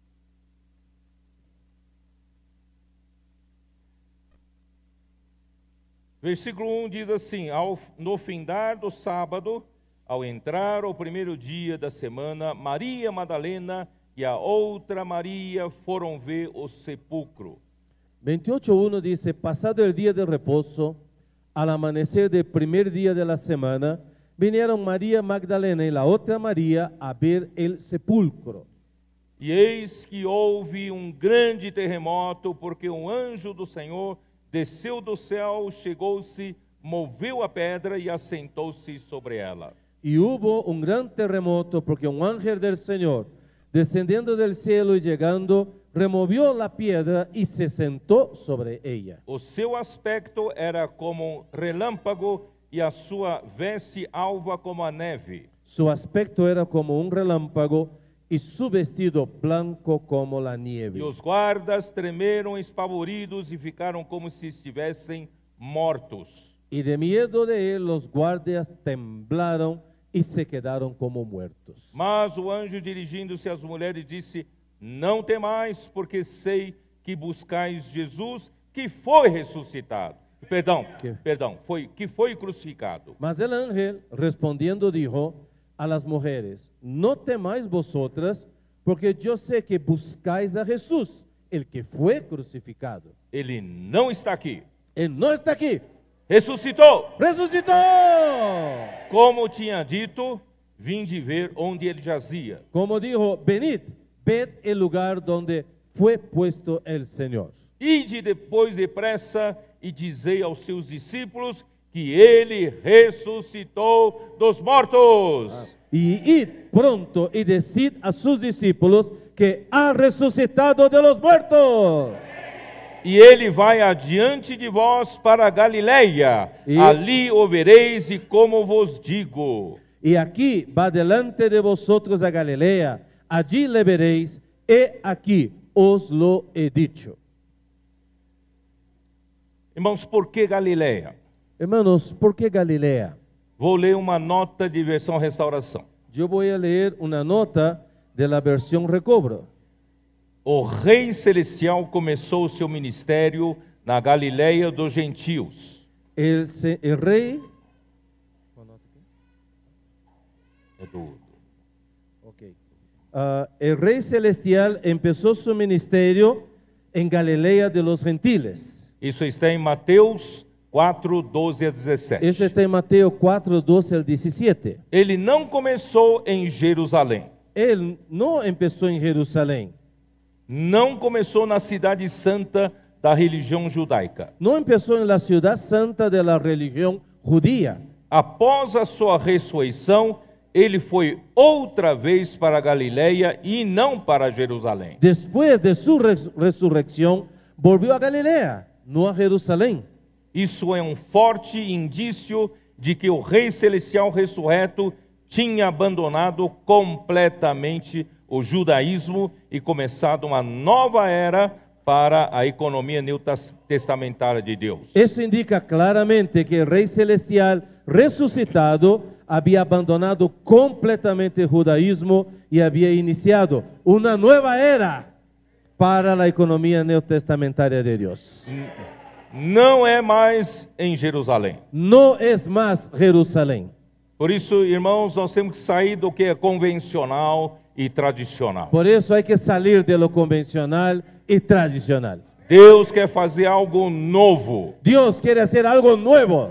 Versículo um diz assim: ao, no findar do sábado, ao entrar o primeiro dia da semana, Maria Madalena e a outra Maria foram ver o sepulcro. veintiocho uno dice, pasado el día de reposo, al amanecer del primer día de la semana, vinieron María Magdalena y la otra María a ver el sepulcro. E eis que houve um grande terremoto, porque um anjo do Senhor desceu do céu, chegou-se, moveu a pedra e assentou-se sobre ela. Y hubo un gran terremoto porque un ángel del Señor, descendiendo del cielo y llegando, removió la piedra y se sentó sobre ella. O seu aspecto era como um relâmpago e a sua veste alva como a neve. Su aspecto era como un relámpago y su vestido blanco como la E nieve. os guardas tremeram espavoridos e ficaram como se estivessem mortos. Y de miedo de él los guardias temblaron y se quedaron como muertos. Mas o anjo, dirigindo-se às mulheres, disse: não temais, porque sei que buscais Jesus que foi ressuscitado. Perdão, Que- perdão, foi que foi crucificado. Mas el ángel respondiendo dijo a las mujeres, no temáis vosotras, porque yo sé que buscáis a Jesús, el que fue crucificado. Ele não está aqui. Él no está aquí, Ressuscitou. resucitó. Como tinha dito, vinde ver onde ele jazia. Como dijo, venid, ved el lugar donde fue puesto el Señor. Ide depois depressa e dizei aos seus discípulos que ele ressuscitou dos mortos. Y id pronto y decid a sus discípulos que ha resucitado de los muertos. E ele vai adiante de vós para a Galileia. E- Ali o vereis e como vos digo. Y aquí va delante de vosotros a Galilea, allí le veréis, he aquí os lo he dicho. Irmãos, por que Galileia? Hermanos, ¿por qué Galilea? Vou ler uma nota de versão restauração. Yo voy a leer una nota de la versión Recobro. O Rei Celestial começou o seu ministério na Galileia dos gentios. El, se- el rey, É do- ok. Ah, el rey celestial empezó su ministerio en Galilea de los gentiles. Isso está em Mateus quatro, doze a dezessete. Eso está en Mateo cuatro, doce al diecisiete. Ele não começou em Jerusalém. Él no empezó en Jerusalén, Não começou na cidade santa da religião judaica. no empezó en la ciudad santa de la religión judía. Após a sua ressurreição, ele foi outra vez para a Galileia e não para Jerusalém. Después de su res- resurrección, volvió a Galilea, no a Jerusalén. Isso é um forte indício de que o Rei Celestial ressurreto tinha abandonado completamente o judaísmo e começado uma nova era para a economia neotestamentária de Deus. Eso indica claramente que el Rey Celestial resucitado había abandonado completamente el judaísmo y había iniciado una nueva era para la economía neotestamentaria de Dios. Não é mais em Jerusalém. No es más Jerusalén. Por isso, irmãos, nós temos que sair do que é convencional e tradicional. Por eso hay que salir de lo convencional y tradicional. Deus quer fazer algo novo. Dios quiere hacer algo nuevo.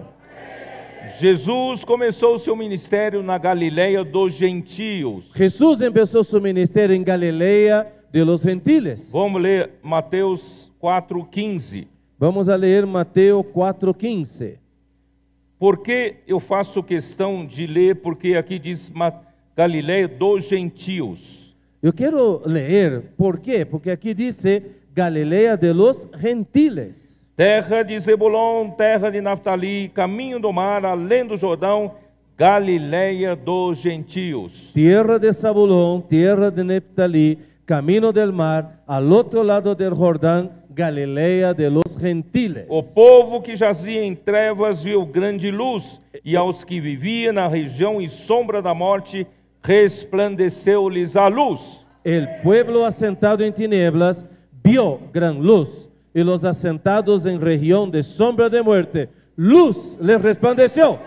Jesus começou o seu ministério na Galileia dos gentios. Jesús empezó su ministerio en Galilea de los gentiles. Vamos ler Mateus quatro, quinze. Vamos a leer Mateo cuatro quince. Por que eu faço questão de ler? Porque aqui diz Ma- Galileia dos gentios. Yo quiero leer, ¿por qué? Porque aquí dice Galilea de los gentiles. Terra de Zebulon, terra de Naftali, caminho do mar, além do Jordão, Galileia dos gentios. Tierra de Zabulón, tierra de Neftalí, camino del mar, al otro lado del Jordán, Galilea de los gentiles. O povo que jazia em trevas viu grande luz, e aos que viviam na região e sombra da morte, resplandeceu-lhes a luz. El pueblo asentado en tinieblas vio gran luz, y los asentados en región de sombra de muerte, luz les resplandeció.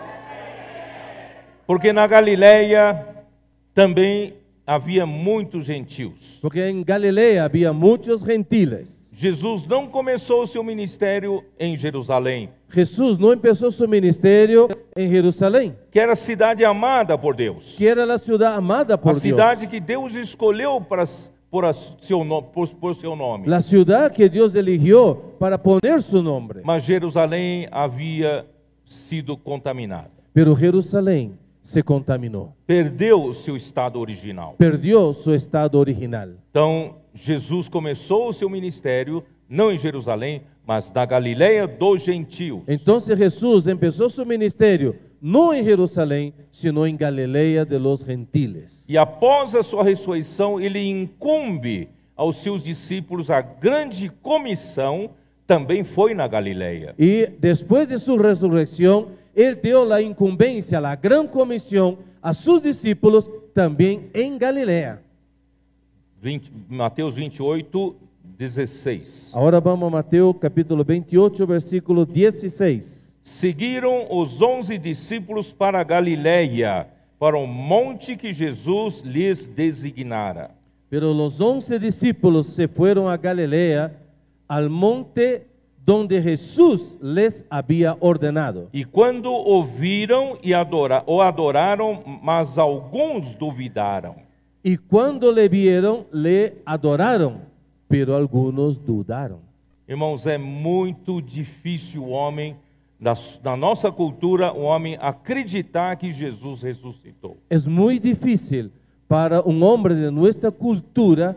Porque na Galileia também havia muitos gentios. Porque en Galilea había muchos gentiles. Jesus não começou o seu ministério em Jerusalém, Jesús no empezó su ministerio en Jerusalén, que era a cidade amada por Deus. que era la ciudad amada por A cidade Dios. que Deus escolheu para, por, a seu, no- por, por seu nome. La ciudad que Dios eligió para poner su nombre. Mas Jerusalém havia sido contaminada. Pero Jerusalén se contaminó. Perdeu o seu estado original. Perdió su estado original. Então, Jesus começou o seu ministério, não em Jerusalém, mas na Galileia dos gentios. Entonces Jesús empezó su ministerio no en Jerusalén, sino en Galilea de los gentiles. E após a sua ressurreição, ele incumbe aos seus discípulos a grande comissão, também foi na Galileia. Y después de su resurrección, Él dio la incumbencia, la gran comisión a sus discípulos también en Galilea. vinte, Mateus vinte e oito, dezesseis. Ahora vamos a Mateo capítulo veintiocho, versículo dieciséis. Seguiram os onze discípulos para a Galiléia, para o monte que Jesus lhes designara. Pero los once discípulos se fueron a Galilea, al monte donde Jesús les había ordenado. E quando ouviram e adora, o adoraram, mas alguns duvidaram. Y cuando le vieron, le adoraron, pero algunos dudaron. Irmãos, é muito difícil o homem, da, da nossa cultura, o homem acreditar que Jesus ressuscitou. Es muy difícil para un hombre de nuestra cultura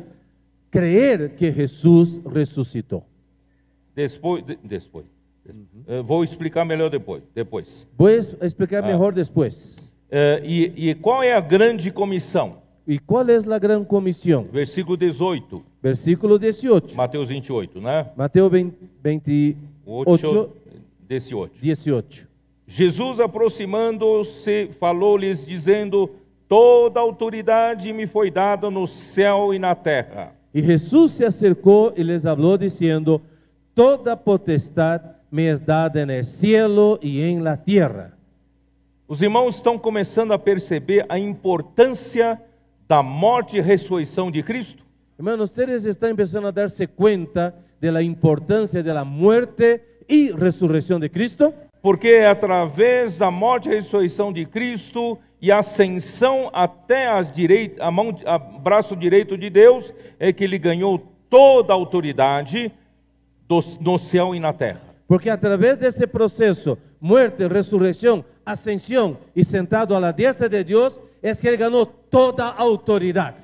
creer que Jesús resucitó. Depois, de, depois. Uh, vou explicar melhor depois. depois. Voy a explicar mejor después. Uh, e, e qual é a grande comissão? ¿Y cuál es la gran comisión? Versículo dezoito, Versículo dieciocho. Mateus vinte e oito, né? Mateo veintiocho, dezoito. dieciocho. Jesus, aproximando-se, falou-lhes, dizendo: toda autoridade me foi dada no céu e na terra. Y Jesús se acercó y les habló diciendo: toda potestad me es dada en el cielo y en la tierra. Os irmãos estão começando a perceber a importância da morte e ressurreição de Cristo? Hermanos, ustedes están empezando a darse cuenta de la importancia de la muerte y resurrección de Cristo. Porque é através da morte e ressurreição de Cristo e ascensão até as direit, a mão, a braço direito de Deus, é que ele ganhou toda a autoridade do, no céu e na terra. Porque a través de este proceso, muerte, resurrección, ascensión y sentado a la diestra de Dios, es que él ganó toda autoridad.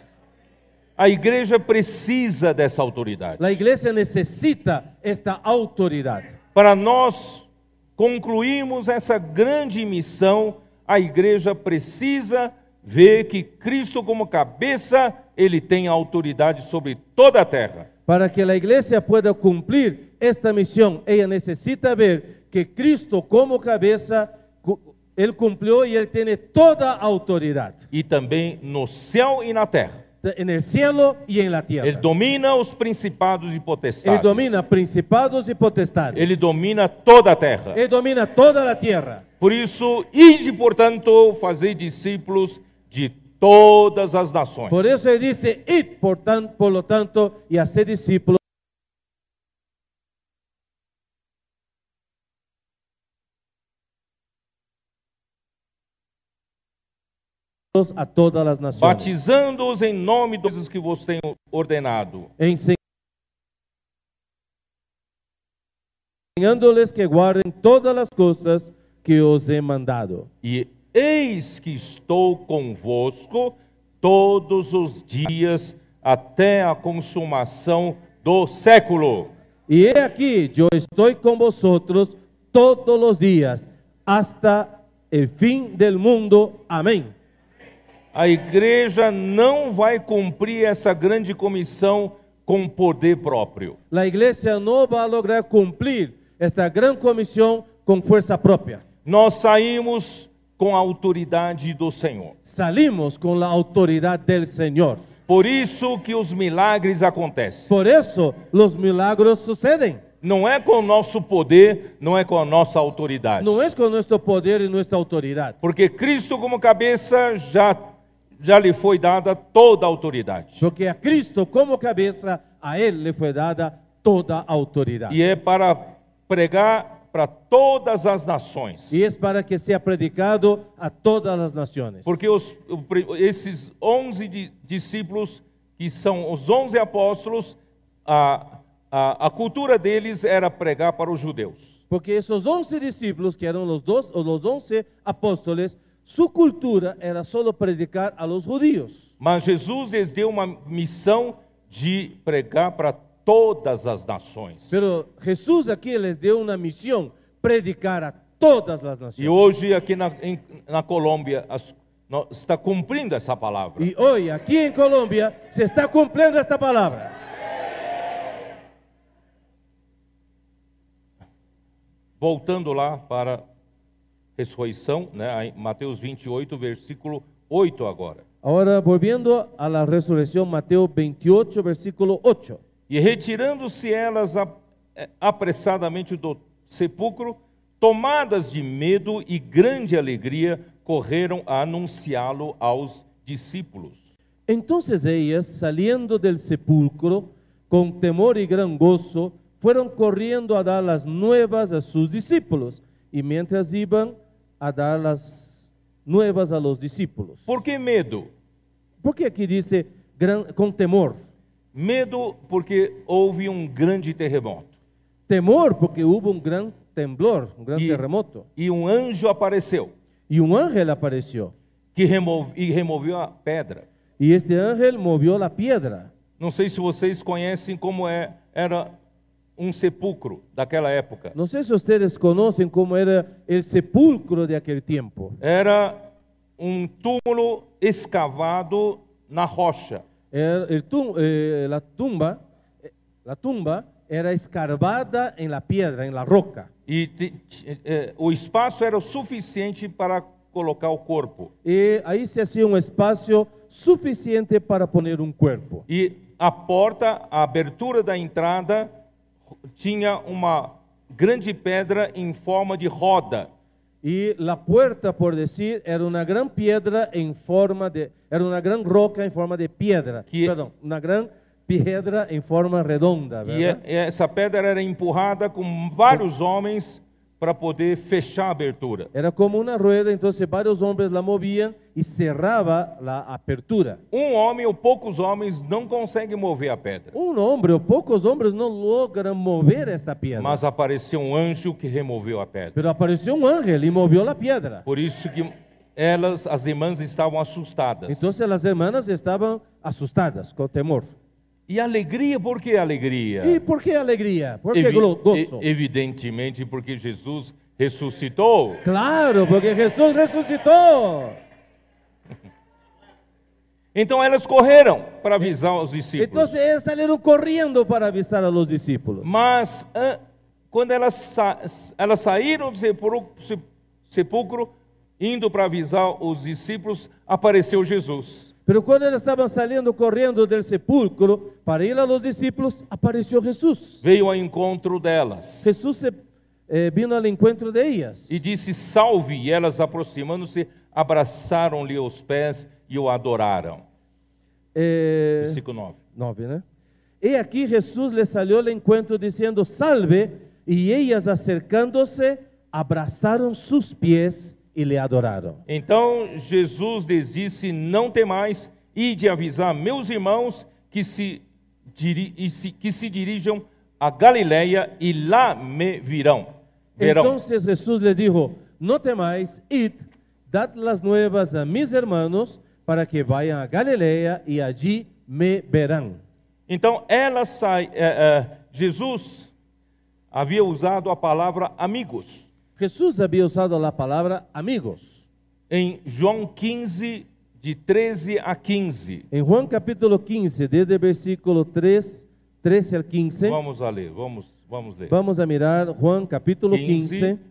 A igreja precisa dessa autoridade. La iglesia necesita esta autoridad. Para nós concluirmos essa grande missão, a igreja precisa ver que Cristo, como cabeça, ele tem autoridade sobre toda a terra. Para que la iglesia pueda cumplir esta misión, ella necesita ver que Cristo, como cabeza, Él cumplió y Él tiene toda autoridad. E também no céu e na terra. En el cielo y en la tierra. Ele domina os principados e potestades. Él domina principados y potestades. Ele domina toda a terra. Él domina toda la tierra. Por isso, ide, portanto, fazer discípulos de todas as nações. Por eso Él dice, id por, tan, por lo tanto y hacer discípulos a todas las naciones, batizando-os em nome dos coisas que vos tenho ordenado, enseñándoles que guarden todas las cosas que os he mandado. E eis que estou convosco todos os dias até a consumação do século. Y he aquí, yo estoy con vosotros todos los días hasta el fin del mundo. Amén. A igreja não vai cumprir essa grande comissão com poder próprio. La iglesia no va a lograr cumplir esta gran comisión con fuerza propia. Nós saímos com a autoridade do Senhor. Salimos con la autoridad del Señor. Por isso que os milagres acontecem. Por eso los milagros suceden. Não é com o nosso poder, não é com a nossa autoridade. No es con nuestro poder y nuestra autoridad. Porque Cristo como cabeça já já lhe foi dada toda a autoridade. Porque a Cristo como cabeza, a Él le fue dada toda a autoridad. E é para pregar para todas as nações. Y es para que sea predicado a todas las naciones. Porque os, esses onze discípulos, que são os onze apóstolos, a, a, a cultura deles era pregar para os judeus. Porque esos once discípulos, que eran los dos o los once apóstoles, su cultura era solo predicar a los judíos. Mas Jesus lhes deu uma missão de pregar para todas as nações. Pero Jesús aquí les dio una misión, predicar a todas las naciones. E hoje aqui na, em, na Colômbia as, no, está cumprindo essa palavra. Y hoy aquí en Colombia se está cumpliendo esta palabra. Voltando lá para ressurreição, né, Mateus vinte e oito, versículo oito agora. Ahora volviendo a la resurrección, Mateo veintiocho, versículo ocho. E retirando-se elas apressadamente do sepulcro, tomadas de medo e grande alegria, correram a anunciá-lo aos discípulos. Entonces ellas, saliendo del sepulcro, con temor y gran gozo, fueron corriendo a dar las nuevas a sus discípulos. Y mientras iban a dar las nuevas a los discípulos. Por que medo? Porque aqui dice gran, com temor. Medo porque houve um grande terremoto. Temor porque hubo um grande temblor, um grande E, terremoto. e um anjo apareceu E um ángel apareceu. que remove, e removeu a pedra. E este ángel movió a pedra. Não sei se vocês conhecem como é, era um sepulcro daquela época. Não sei se vocês conhecem como era o sepulcro de aquele tempo. Era um túmulo escavado na rocha. Era el tum, eh, la tumba, eh, la tumba era escarbada en la piedra, en la roca. E te, te, eh, o espaço era o suficiente para colocar o corpo. E aí se hacía um espaço suficiente para poner um corpo. E a porta, a abertura da entrada, tinha uma grande pedra em forma de roda. E a porta, por dizer, era uma grande pedra em forma de, era uma grande roca em forma de pedra. Que, Perdão, uma grande pedra em forma redonda, e verdade? essa pedra era empurrada com vários homens para poder fechar a abertura. Era como uma rueda, então vários homens la moviam e cerrava a abertura. Um homem ou poucos homens não conseguem mover a pedra. Um homem ou poucos homens não logram mover esta pedra. Mas apareceu um anjo que removeu a pedra. Pero apareceu um ángel e moveu a pedra. Por isso que elas, as irmãs, estavam assustadas. Então as irmãs estavam assustadas, com temor. E alegria, por que alegria? E por que alegria? Por que Evi gozo? Evidentemente porque Jesus ressuscitou. Claro, porque Jesus ressuscitou. Então elas correram para avisar os discípulos. Então eles saíram correndo para avisar a los discípulos. Mas quando elas, sa elas saíram do sepulcro, indo para avisar os discípulos, apareceu Jesus. Pero quando eles estavam saindo correndo do sepulcro para ir a los discípulos, apareceu Jesus. Veio ao encontro delas. Jesus se, eh, vino ao encontro de ellas. E disse salve, e elas aproximando-se, abraçaram-lhe os pés e o adoraram. Eh, Versículo nove. nove, né? E aqui Jesus lhes salió ao encontro dizendo salve, e ellas acercando-se, abraçaram seus pés e lhe adoraram. Então Jesus lhes disse, não temais, ide avisar meus irmãos que se, diri que se dirijam a Galileia e lá me virão. verão. Então Jesus lhe dijo, não temais, id, dad las nuevas a mis hermanos, para que vayan a Galileia e allí me verán. Então ela sai, é, é, Jesus havia usado a palavra amigos. Jesus havia usado a palavra amigos. Em João quinze, de treze a quinze. Em João capítulo quinze, desde o versículo três, treze al quinze. Vamos a ler, vamos, vamos ler. Vamos a mirar João capítulo quinze, quinze,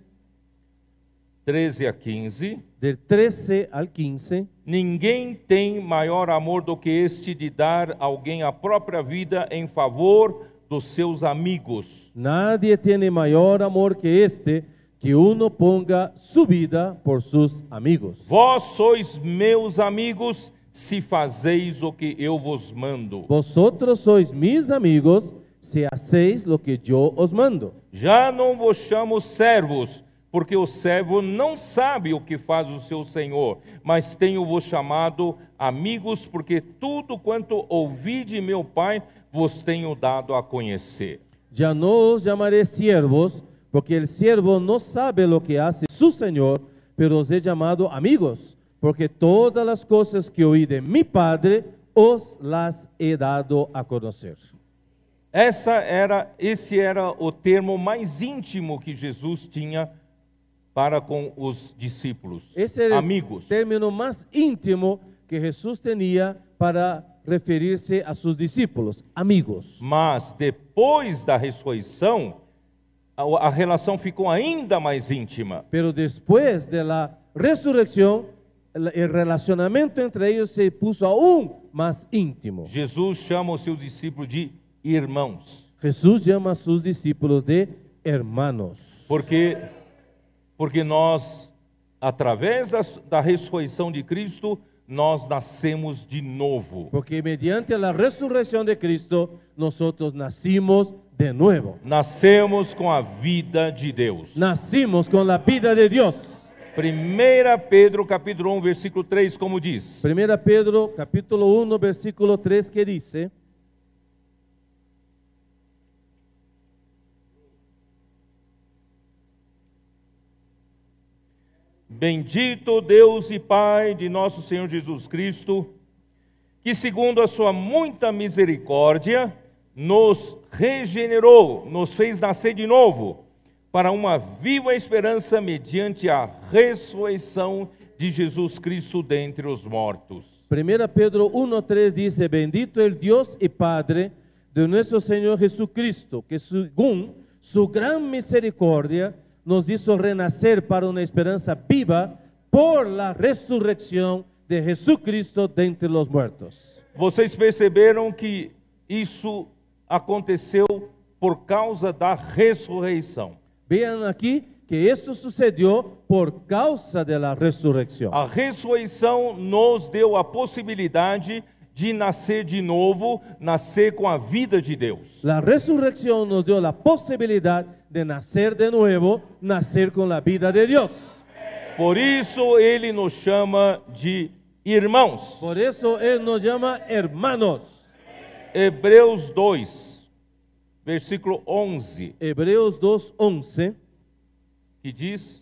treze a quinze. del treze al quinze. Ninguém tem maior amor do que este de dar a alguém a própria vida em favor dos seus amigos. Nadie tiene maior amor que este, que uno ponga su vida por sus amigos. Vós sois meus amigos, se fazeis o que eu vos mando. Vosotros sois mis amigos, si hacéis lo que yo os mando. Já não vos chamo servos, porque o servo não sabe o que faz o seu senhor, mas tenho-vos chamado amigos, porque tudo quanto ouvi de meu Pai vos tenho dado a conhecer. Ya no os llamaré siervos, porque el siervo no sabe lo que hace su Señor, pero os he llamado amigos, porque todas las cosas que oí de mi Padre os las he dado a conocer. Essa era, esse era o termo mais íntimo que Jesus tinha para com os discípulos, Esse era amigos. o término mais íntimo que Jesus tinha para referir-se a seus discípulos, amigos. Mas depois da ressurreição, a, a relação ficou ainda mais íntima. Pero después de la resurrección, el relacionamiento entre ellos se puso aún más íntimo. Jesus chama os seus discípulos de irmãos. Jesús llama a sus discípulos de hermanos. Porque, porque nós, através da, da ressurreição de Cristo, nós nascemos de novo. Porque mediante la resurrección de Cristo, nosotros nacimos de nuevo. Nascemos com a vida de Deus. Nacimos con la vida de Dios. primeira Pedro capítulo um, versículo três, como diz: Primera Pedro capítulo uno, versículo tres, que dice: Bendito Deus e Pai de nosso Senhor Jesus Cristo, que segundo a sua muita misericórdia, nos regenerou, nos fez nascer de novo, para uma viva esperança mediante a ressurreição de Jesus Cristo dentre os mortos. Primera Pedro uno tres dice: Bendito el Dios y Padre de nuestro Señor Jesucristo, que según su gran misericordia nos hizo renacer para una esperanza viva por la resurrección de Jesucristo de entre los muertos. Vocês perceberam que isso aconteceu por causa da ressurreição. Vean aquí que esto sucedió por causa de la resurrección. A ressurreição nos deu a possibilidade de nascer de novo, nascer com a vida de Deus. La resurrección nos dio la posibilidad de nacer de nuevo, nacer con la vida de Dios. Por isso ele nos chama de irmãos. Por eso Él nos llama hermanos. Hebreus dois, versículo onze, Hebreos dos once, que diz: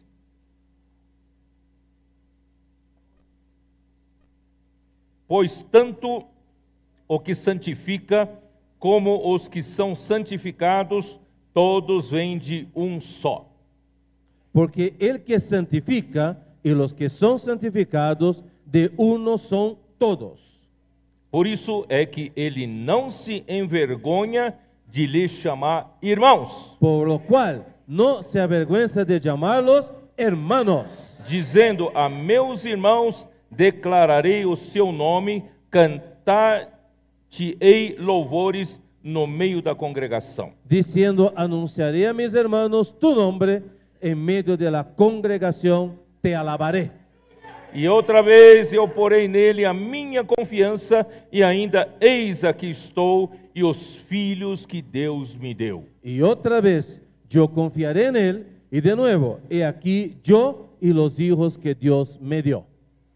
Pois tanto o que santifica como os que são santificados, todos vêm de um só. porque el que santifica y los que son santificados de uno son todos. Por isso é que ele não se envergonha de lhes chamar irmãos, Por lo cual no se avergüenza de llamarlos hermanos, dizendo: a meus irmãos declararei o seu nome, cantar-te-ei louvores no meio da congregação. diciendo: anunciaré a mis hermanos tu nombre, en medio de la congregación te alabaré. E outra vez eu porei nele a minha confiança, e ainda eis aqui estou, e os filhos que Deus me deu. Y otra vez yo confiaré en él, y de nuevo, he aquí yo y los hijos que Dios me dio.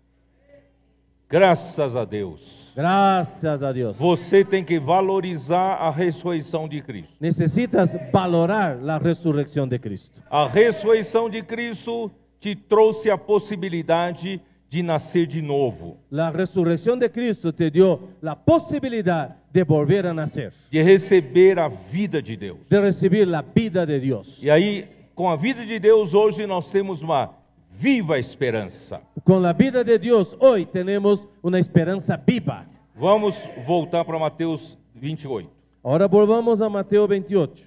Graças a Deus. Gracias a Dios. Você tem que valorizar a ressurreição de Cristo. Necesitas valorar la resurrección de Cristo. A ressurreição de Cristo te trouxe a possibilidade de nascer de novo, La resurrección de Cristo te dio la posibilidad de volver a nacer, de receber a vida de Deus. de recibir la vida de Dios. E aí, com a vida de Deus, hoje nós temos uma viva esperança. Con la vida de Dios hoy tenemos una esperanza viva. Vamos voltar para Mateus vinte e oito. Ahora volvamos a Mateo veintiocho.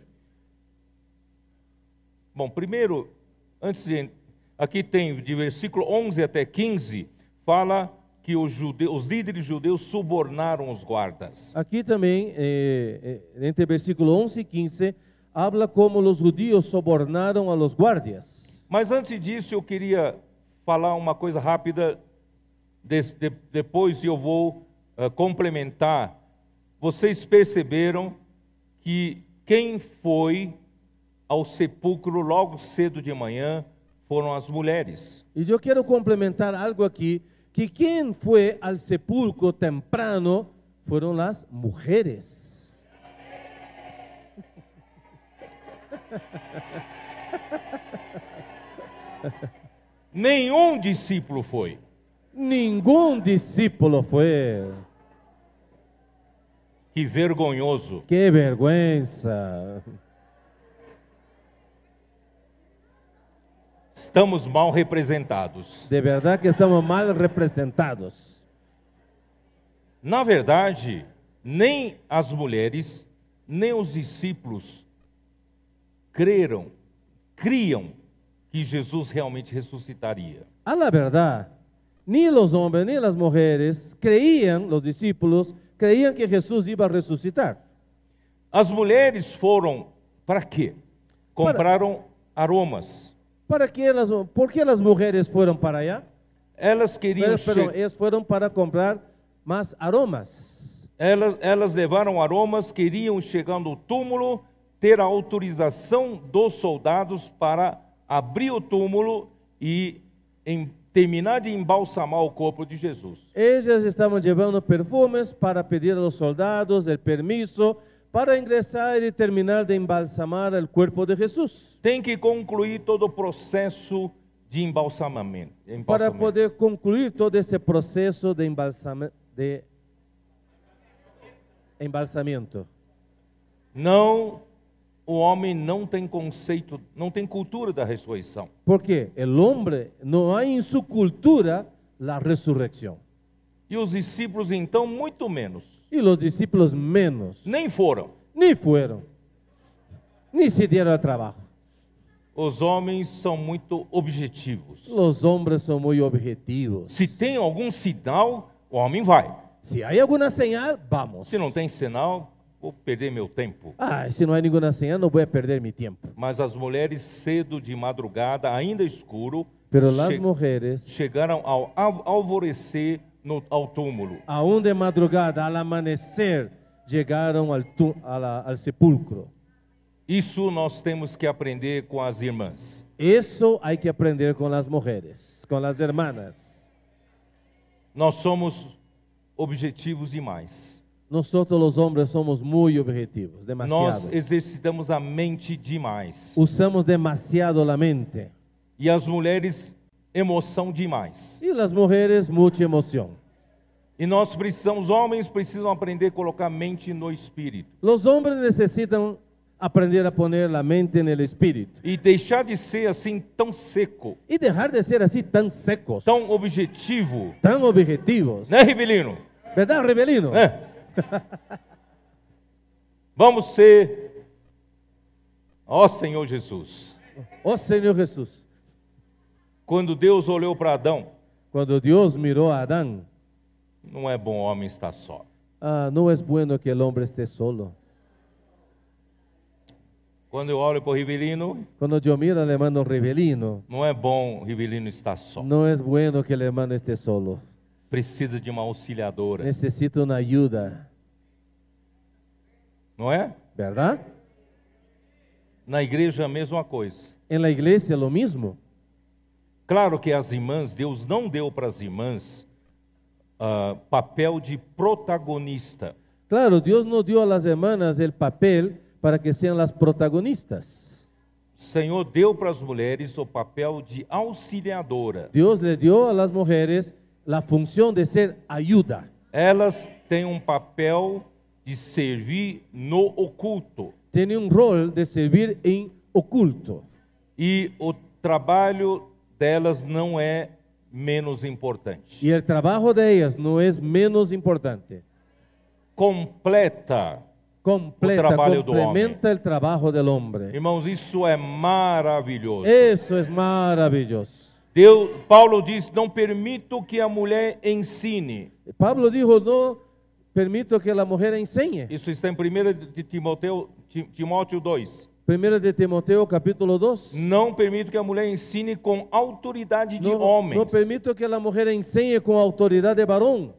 Bom, primeiro, antes de, aqui tem de versículo onze até quinze, fala que os, judeus, os líderes judeus subornaram os guardas. Aquí también, eh, eh, entre versículo once y quince, habla como los judíos sobornaron a los guardias. Mas antes disso, eu queria falar uma coisa rápida, de, de, depois eu vou uh, complementar. Vocês perceberam que quem foi ao sepulcro logo cedo de manhã foram as mulheres. Y yo quiero complementar algo aquí, que quien fue al sepulcro temprano fueron las mujeres. Nenhum discípulo foi. Ningún discípulo fue. Que vergonhoso. ¡Qué vergüenza! Estamos mal representados. De verdad que estamos mal representados. Na verdade, nem as mulheres, nem os discípulos creram, criam que Jesus realmente ressuscitaria. A la verdad, ni los hombres ni las mujeres creían, los discípulos, creían que Jesús iba a resucitar. As mulheres foram para quê? Compraram aromas. ¿Para qué las, ¿Por qué las mujeres fueron para allá? Elas queriam Pero, pero che- ellas fueron para comprar más aromas. elas, elas levaram aromas, queriam chegar no túmulo, ter a autorização dos soldados para abrir o túmulo e em, terminar de embalsamar o corpo de Jesus. Ellas estaban llevando perfumes para pedir a los soldados el permiso para ingresar y terminar de embalsamar el cuerpo de Jesús. Tem que concluir todo o processo de embalsamamento. Para embalsamento. poder concluir todo ese proceso de, embalsama, de embalsamiento. Não, o homem não tem conceito, não tem cultura da ressurreição. Porque el hombre no hay en su cultura la resurrección. E os discípulos, então, muito menos. Y los discípulos menos. Nem foram. Ni fueron. Ni se dieron al trabajo. Os homens são muito objetivos. Los hombres son muy objetivos. Se tem algum sinal, o homem vai. Si hay alguna señal, vamos. Se não tem sinal, vou perder meu tempo. Ah, si no hay ninguna señal, no voy a perder mi tiempo. Mas as mulheres, cedo de madrugada, ainda escuro, Pero las che- mujeres, chegaram ao al- alvorecer no, ao túmulo. aún de madrugada, al amanecer, llegaron al, tu- a la- al sepulcro. Isso nós temos que aprender com as irmãs. Eso hay que aprender con las mujeres, con las hermanas. Nós somos objetivos demais. Nosotros los hombres somos muy objetivos, Nós demasiado. exercitamos a mente demais. Usamos demasiado la mente. E as mulheres, emoção demais. Y las mujeres, mucha emoción. E nós precisamos, homens precisam aprender a colocar mente no espírito. Los hombres necesitan aprender a poner la mente en el espíritu. E deixar de ser assim tão seco, Y dejar de ser así tan secos, tão objetivo. tan objetivos. Né, Rivelino? ¿Verdad, Rebelino? Né? Vamos ser, ó Senhor Jesus. Oh Señor Jesús, Quando Deus olhou para Adão, cuando Dios miró a Adán, não é bom o homem estar só. ah, no es bueno que el hombre esté solo. Quando eu olho para o Rivelino, Cuando yo miro al hermano Rebelino, não é bom o Rivelino estar só. no es bueno que el hermano esté solo. Precisa de uma auxiliadora, Necesita una ayuda, não é? ¿verdad? Na igreja a mesma coisa. En la iglesia lo mismo. Claro que as irmãs, Deus não deu para as irmãs ah, papel de protagonista. Claro, Dios no dio a las hermanas el papel para que sean las protagonistas. O Senhor deu para as mulheres o papel de auxiliadora. Dios le dio a las mujeres la función de ser ayuda. Elas têm um papel de servir no oculto. Tiene un rol de servir en oculto. E o trabalho delas não é menos importante. Y el trabajo de ellas no es menos importante. Completa. Completa, O trabalho do complementa el trabajo del hombre. Irmãos, isso é maravilhoso. Eso es maravilloso. Deus, Paulo diz: não permito que a mulher ensine. Pablo dijo, no permito que la mujer enseñe. Isso está em primeira de Timoteu, Ti- Timóteo dois. Primero de Timoteo capítulo dos. Não permito que a mulher ensine com autoridade de No, homens, no permito que la mujer enseñe con autoridad de varón,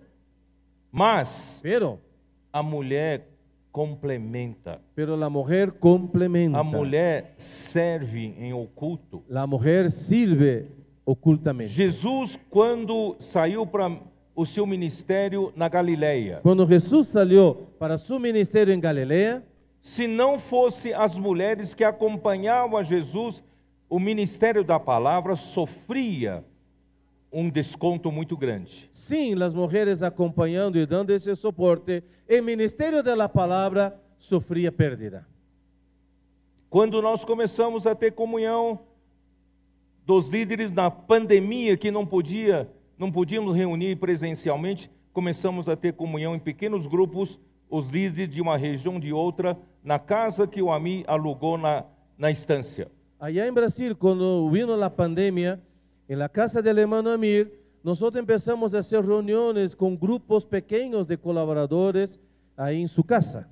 mas pero, a mulher complementa. pero la mujer complementa. A mulher serve em oculto. La mujer sirve ocultamente. Jesus, quando saiu para o seu ministério na Galileia, Cuando Jesús salió para su ministerio en Galilea, se não fosse as mulheres que acompanhavam a Jesus, o ministério da palavra sofria um desconto muito grande. sin las mujeres acompañando y dando ese soporte, el ministerio de la palabra sufría pérdida. Quando nós começamos a ter comunhão dos líderes na pandemia, que não podia, não podíamos reunir presencialmente, começamos a ter comunhão em pequenos grupos, os líderes de uma região de outra, na casa que o Ami alugou na, na estância. Allá en Brasil, cuando vino la pandemia, en la casa del hermano Amir, nosotros empezamos a hacer reuniones con grupos pequeños de colaboradores ahí en su casa.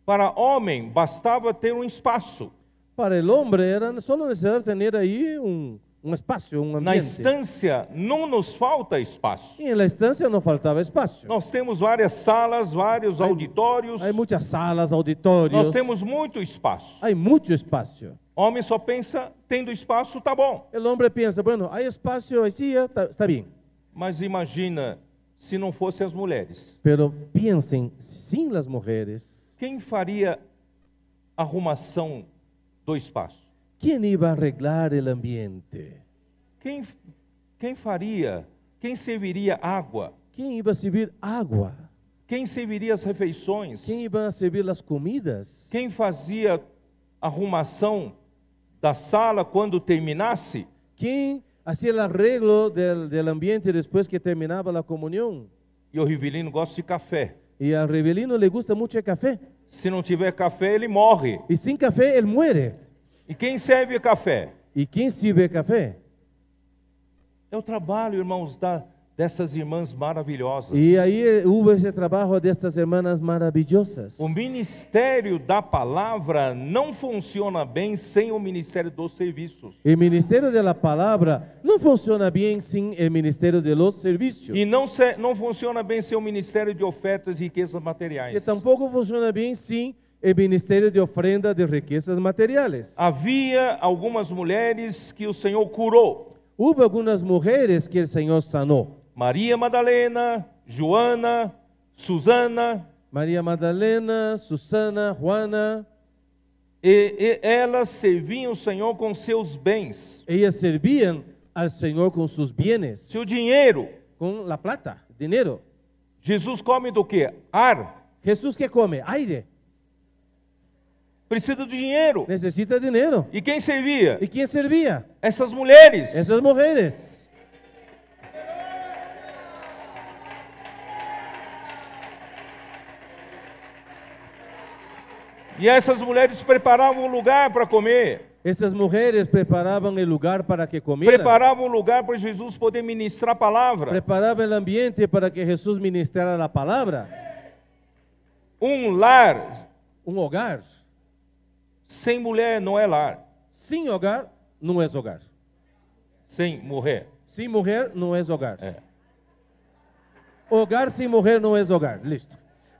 Para homem, bastava ter um espaço. Para el hombre era solo necesario tener ahí un, un espacio, un Na ambiente. estância, não nos falta espaço. Y en la estancia no faltaba espacio. Nós temos várias salas, vários auditórios. Hay muchas salas, auditorios. Nós temos muito espaço. Hay mucho espacio. Homem só pensa, tendo espaço, tá bom. El hombre piensa, bueno, hay espacio, hay silla, está, está bien. Mas imagina se não fossem as mulheres. Pero piensen, sin las mujeres, Quem faria arrumação do espaço? ¿quién iba a arreglar el ambiente? Quem, quem faria? Quem serviria água? ¿Quién iba a servir agua? Quem serviria as refeições? ¿Quién iba a servir las comidas? Quem fazia arrumação da sala quando terminasse? ¿Quién hacía el arreglo del, del ambiente después que terminaba la comunión? E o Rivelino gosta de café. Y al Rebelino le gusta mucho el café. Se não tiver café, ele morre. Y sin café él muere. E quem serve café? ¿Y quién sirve café? É o trabalho, irmãos, da, dessas irmãs maravilhosas. Y ahí eh, hubo ese trabajo de estas hermanas maravillosas. O ministério da palavra não funciona bem sem o ministério dos serviços. El ministerio de la palabra no funciona bien sin el ministerio de los servicios. E não, se, não funciona bem sem o ministério de ofertas de riquezas Que materiais. tampoco funciona bien sin el ministerio de ofrenda de riquezas materiales. Havia algumas mulheres que o Senhor curou. Hubo algunas mujeres que el Señor sanó. Maria Madalena, Joana, Susana, María Magdalena, Susana, Juana. e, e elas serviam o Senhor com seus bens. Ellas servían al Señor con sus bienes, Seu dinheiro. con la plata, dinero. Jesus come do quê? Ar. Jesús, ¿qué come? Aire. Precisa do dinheiro. Necesita dinero. E quem servia? ¿Y quién servía? Essas mulheres. Esas mujeres. E essas mulheres preparavam o lugar para comer. Esas mujeres preparaban el lugar para que comieran. Preparavam o lugar para Jesus poder ministrar a palavra. Preparaban el ambiente para que Jesús ministrara la palabra. Um lar Un hogar sem mulher não é lar. sin hogar no es hogar. Sem morrer. Sin mujer no es hogar. É. Hogar sin mujer no es hogar. Listo.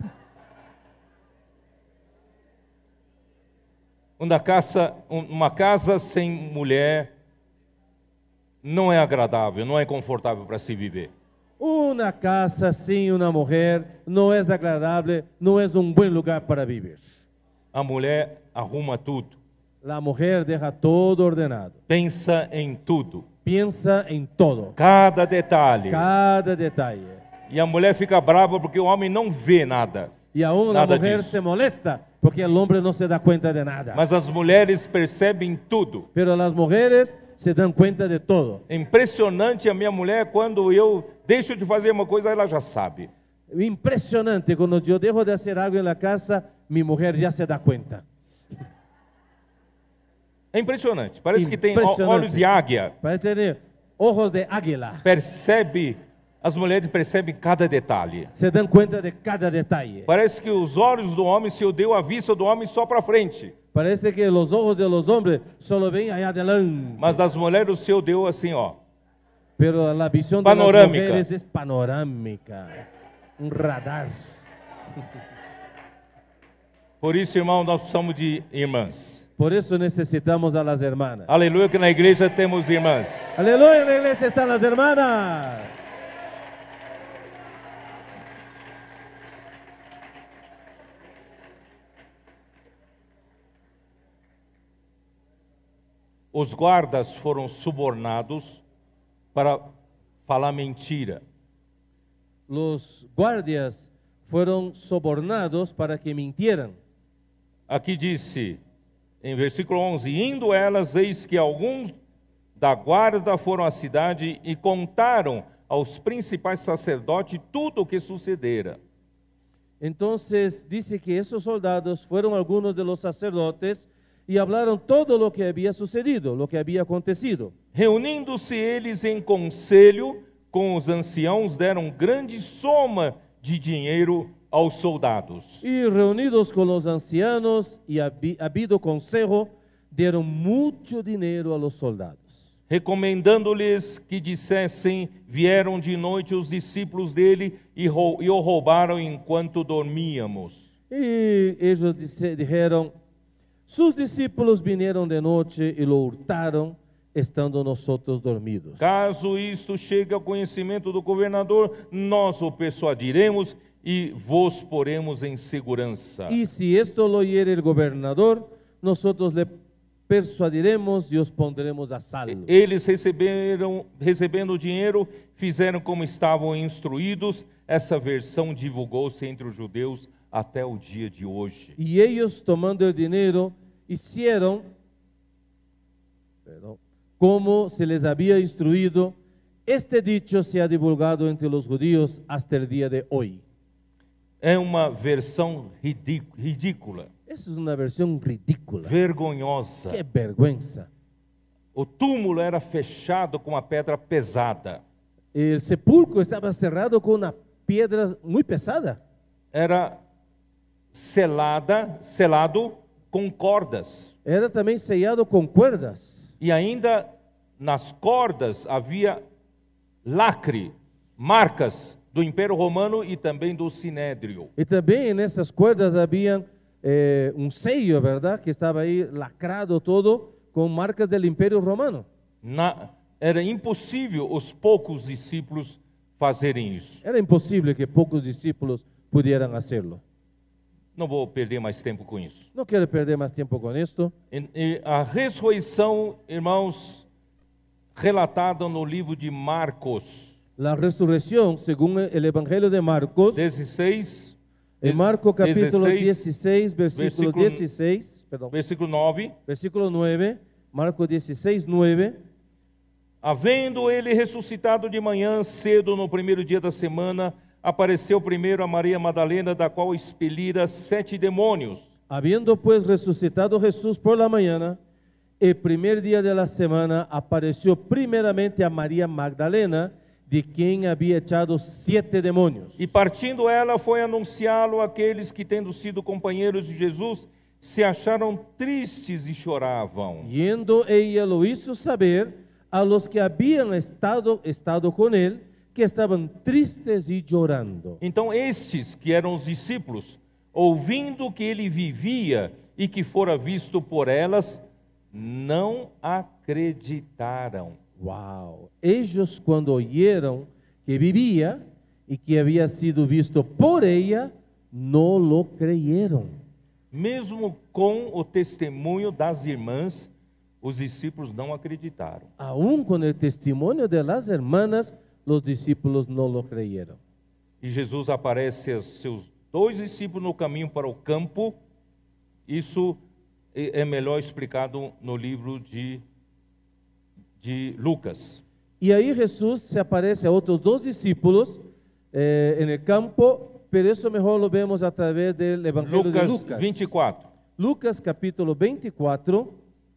Uma casa, uma casa sem mulher não é agradável, não é confortável para se viver. Una casa sin una mujer no es agradable, no es un buen lugar para vivir. A mulher arruma tudo, La mujer deja todo ordenado. pensa em tudo, Piensa en todo, cada detalhe. cada detalle. E a mulher fica brava porque o homem não vê nada. Y aún la Nada mujer disso. se molesta porque el hombre no se da cuenta de nada. Mas as mulheres percebem tudo. Pero las mujeres se dan cuenta de todo. É impressionante a minha mulher, quando eu deixo de fazer uma coisa, ela já sabe. Impresionante, cuando yo dejo de hacer algo en la casa, mi mujer ya se da cuenta. É impressionante. Parece que tem ó- Impressionante. olhos de águia. Para tener ojos de águila. Percebe, as mulheres percebem cada detalhe. Se dan cuenta de cada detalle. Parece que os olhos do homem se deu a vista do homem só para frente. Parece que los ojos de los hombres solo ven allá adelante. Mas das mulheres o seu deu assim, ó. Pero la visión de las Panorámica. mujeres es panorámica. Un radar. Por isso, irmão, nós precisamos de irmãs. Por eso necesitamos a las hermanas. Aleluia, que na igreja temos irmãs. Aleluya, en la iglesia están las hermanas. Os guardas foram subornados para falar mentira. Los guardias fueron sobornados para que mintieran. Aqui disse, em versículo onze, indo elas, eis que alguns da guarda foram à cidade e contaram aos principais sacerdotes tudo o que sucedera. Entonces dice que esos soldados fueron algunos de los sacerdotes y hablaron todo lo que había sucedido, lo que había acontecido. Reunindo-se eles em conselho com os anciãos, deram grande soma de dinheiro aos soldados. Y reunidos con los ancianos y habi- habido consejo, dieron mucho dinero a los soldados. Recomendando-lhes que dissessem, vieram de noite os discípulos dele e, rou- e o roubaram enquanto dormíamos. Y ellos dice- dijeron, sus discípulos vinieron de noche y lo hurtaron, estando nosotros dormidos. Caso isto chegue ao conhecimento do governador, nós o persuadiremos e vos poremos em segurança. Y si esto lo oyere el gobernador, nosotros le persuadiremos y os pondremos a salvo. Eles receberam, recebendo o dinheiro, fizeram como estavam instruídos. Essa versão divulgou-se entre os judeus até o dia de hoje. Y ellos, tomando el dinero, hicieron perdón, como se les había instruido. Este dicho se ha divulgado entre los judíos hasta el día de hoy. É uma versão ridí- ridícula, Esa es una versión ridícula. vergonhosa. Qué vergüenza. O túmulo era fechado com uma pedra pesada. El sepulcro estaba cerrado con una piedra muy pesada. Era selada, selado com cordas. Era también sellado con cuerdas. E ainda nas cordas havia lacre, marcas do Império Romano e também do Sinédrio. Y también en esas cuerdas había eh, un sello, ¿verdad? Que estaba ahí lacrado todo con marcas del Imperio Romano. Na, era impossível os poucos discípulos fazerem isso. Era imposible que pocos discípulos pudieran hacerlo. Não vou perder mais tempo com isso. No quiero perder más tiempo con esto. E- e a ressurreição, irmãos, relatada no livro de Marcos La resurrección, según el Evangelio de Marcos, dezesseis, en Marcos capítulo dezesseis, dieciséis, versículo versículo- dieciséis, perdón, versículo nove. versículo nueve, Marcos dieciséis, nueve. Havendo ele ressuscitado de manhã cedo no primeiro dia da semana, apareceu primeiro a Maria Madalena, da qual expelira sete demônios. Habiendo pues resucitado Jesús por la mañana, el primer día de la semana apareció primeramente a María Magdalena, de quien había echado siete demonios. E partindo ela, foi anunciá-lo àqueles que, tendo sido companheiros de Jesus, se acharam tristes e choravam. Yendo ella lo hizo saber a los que habían estado, estado con él, que estaban tristes y llorando. Então estes, que eram os discípulos, ouvindo que ele vivia e que fora visto por elas, não acreditaram. Wow. Ellos, cuando oyeron que vivía y que había sido visto por ella, no lo creyeron. Mesmo com o testemunho das irmãs, os discípulos não acreditaram. Aún con el testimonio de las hermanas, los discípulos no lo creyeron. E Jesus aparece aos seus dois discípulos no caminho para o campo. Isso é é melhor explicado no livro de, de Lucas. Y ahí Jesús se aparece a otros dos discípulos eh, en el campo, pero eso mejor lo vemos a través del Evangelio de Lucas Lucas. vinte e quatro. Lucas capítulo veinticuatro.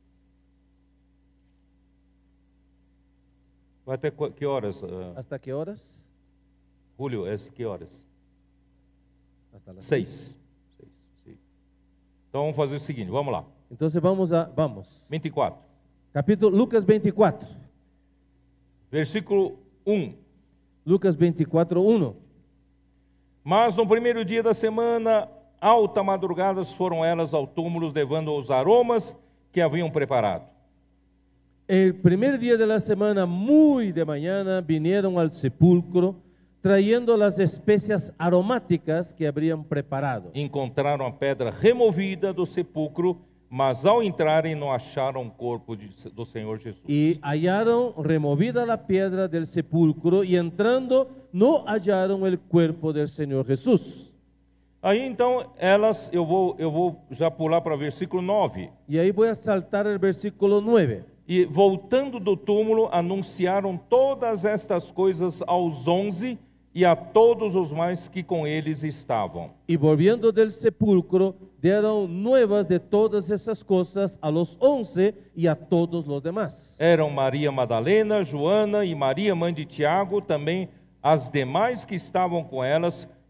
Vai até qu- que horas, uh, ¿Hasta qué horas? Julio? É que horas? Hasta las Seis. Seis, sim. Então vamos fazer o seguinte, vamos lá. Entonces vamos a, vamos. vinte e quatro. Capítulo Lucas veinticuatro. Versículo um. Lucas veinticuatro, uno. Mas no primeiro dia da semana, alta madrugada, foram elas ao túmulo, levando os aromas que haviam preparado. El primer día de la semana, muy de mañana, vinieron al sepulcro trayendo las especias aromáticas que habrían preparado. Encontraram a pedra removida do sepulcro, mas ao entrarem não acharam o corpo de, do Senhor Jesus. Y hallaron removida la piedra del sepulcro y entrando no hallaron el cuerpo del Señor Jesús. Aí então elas, eu vou, eu vou já pular para o versículo nove. Y ahí voy a saltar el versículo nueve. E voltando do túmulo, anunciaram todas estas coisas aos onze e a todos os mais que com eles estavam. Y volviendo del sepulcro, dieron nuevas de todas esas cosas a los once y a todos los demás. Eram Maria Madalena, Joana e Maria, mãe de Tiago, também as demais que estavam com elas,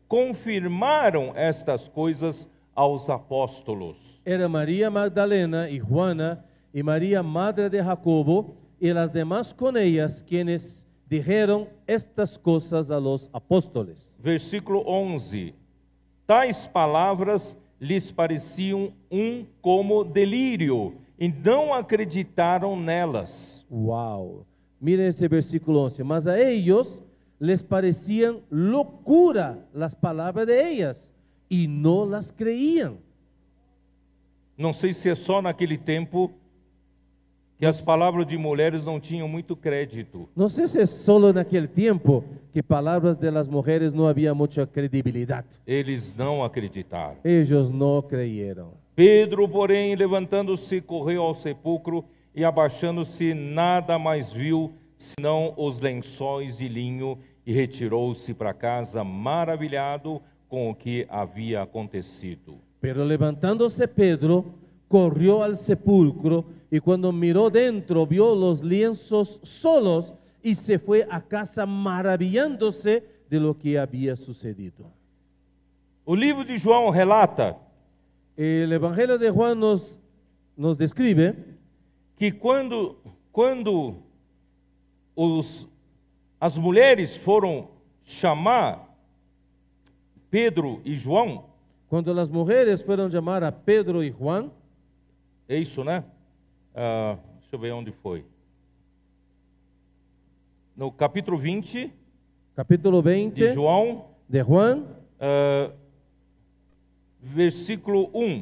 confirmaram estas coisas aos apóstolos. Era María Magdalena y Juana y María madre de Jacobo y las demás con ellas quienes dijeron estas cosas a los apóstoles. Versículo onze. Tais palavras lhes pareciam um como delírio, e não acreditaram nelas. Wow. Miren ese versículo once. Mas a ellos les parecían locura las palabras de ellas y no las creían. Não sei se é só naquele tempo que as palavras de mulheres não tinham muito crédito. No sé si es solo en aquel tiempo que palabras de las mujeres no había mucha credibilidad. Eles não acreditaram. Ellos no creyeron. Pedro, porém, levantando-se, correu ao sepulcro e, abaixando-se, nada mais viu, senão os lençóis de linho, e retirou-se para casa, maravilhado com o que havia acontecido. Pero levantándose Pedro, corrió al sepulcro y cuando miró dentro vio los lienzos solos y se fue a casa maravillándose de lo que había sucedido. O livro de João relata El Evangelio de Juan nos, nos describe que quando, quando os, as mulheres foram chamar Pedro e João, cuando las mujeres fueron a llamar a Pedro y Juan, é isso, né? Ah, deixa eu ver onde foi. No capítulo vinte capítulo veinte de João, de Juan, ah, versículo um.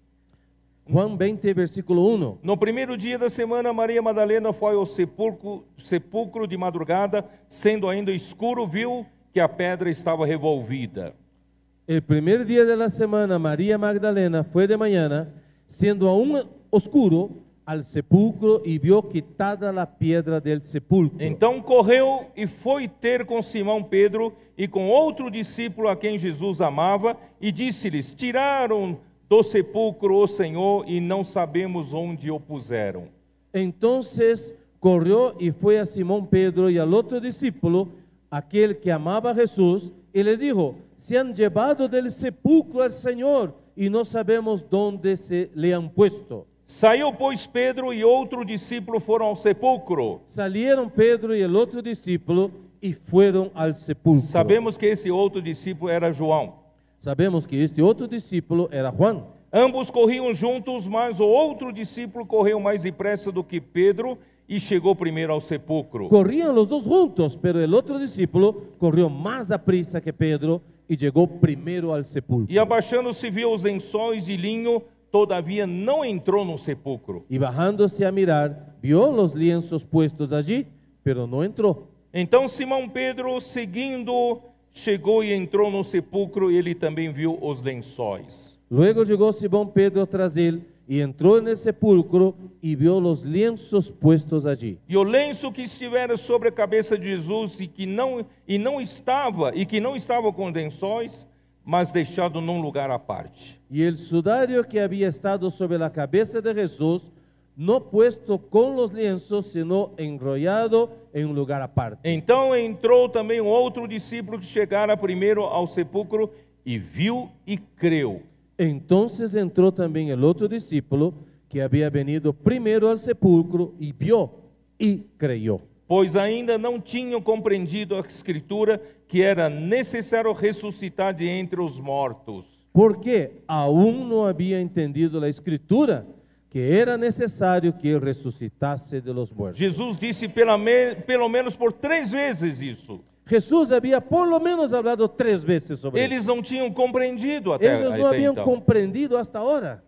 Juan veinte, versículo uno. No primeiro dia da semana, Maria Madalena foi ao sepulcro, sepulcro de madrugada, sendo ainda escuro, viu que a pedra estava revolvida. El primer día de la semana, María Magdalena fue de mañana, siendo aún oscuro, al sepulcro y vio quitada la piedra del sepulcro. Então correu e foi ter com Simão Pedro e com outro discípulo a quem Jesus amava, e disse-lhes: tiraram do sepulcro o Senhor e não sabemos onde o puseram. Entonces corrió y fue a Simón Pedro y al otro discípulo, aquel que amaba a Jesús, y les dijo: se han llevado del sepulcro al Señor y no sabemos dónde se le han puesto. Saiu, pois, Pedro e outro discípulo foram ao sepulcro. Salieron Pedro y el otro discípulo y fueron al sepulcro. Sabemos que esse outro discípulo era João. Sabemos que este otro discípulo era Juan. Ambos corriam juntos, mas o outro discípulo correu mais depressa do que Pedro e chegou primeiro ao sepulcro. Corrían los dos juntos, pero el otro discípulo corrió más a prisa que Pedro y llegó primero al sepulcro. E abaixando-se viu os lençóis de linho, todavia não entrou no sepulcro. Y bajándose a mirar, vio los lienzos puestos allí, pero no entró. Então Simão Pedro, seguindo, chegou e entrou no sepulcro, e ele também viu os lençóis. Luego llegó Simón Pedro tras él y entró en el sepulcro y vio los lienzos puestos allí. E o lenço que estivera sobre a cabeça de Jesus e que não e não estava e que não estava com lençóis, mas deixado num lugar à parte. Y el sudario que había estado sobre la cabeza de Jesús, no puesto con los lienzos, sino enrollado en un lugar aparte. Então entrou também um outro discípulo que chegara primeiro ao sepulcro e viu e creu. Entonces entró también el otro discípulo que había venido primero al sepulcro y vio y creyó. Pois ainda não tinham compreendido a Escritura que era necessário ressuscitar de entre os mortos. Porque aún no había entendido la Escritura que era necesario que él resucitase de los muertos. Jesus disse pela me, pelo menos por três vezes isso. Jesús había por lo menos hablado tres veces sobre Eles eso. não tinham compreendido até, Ellos no até habían então. comprendido hasta ahora.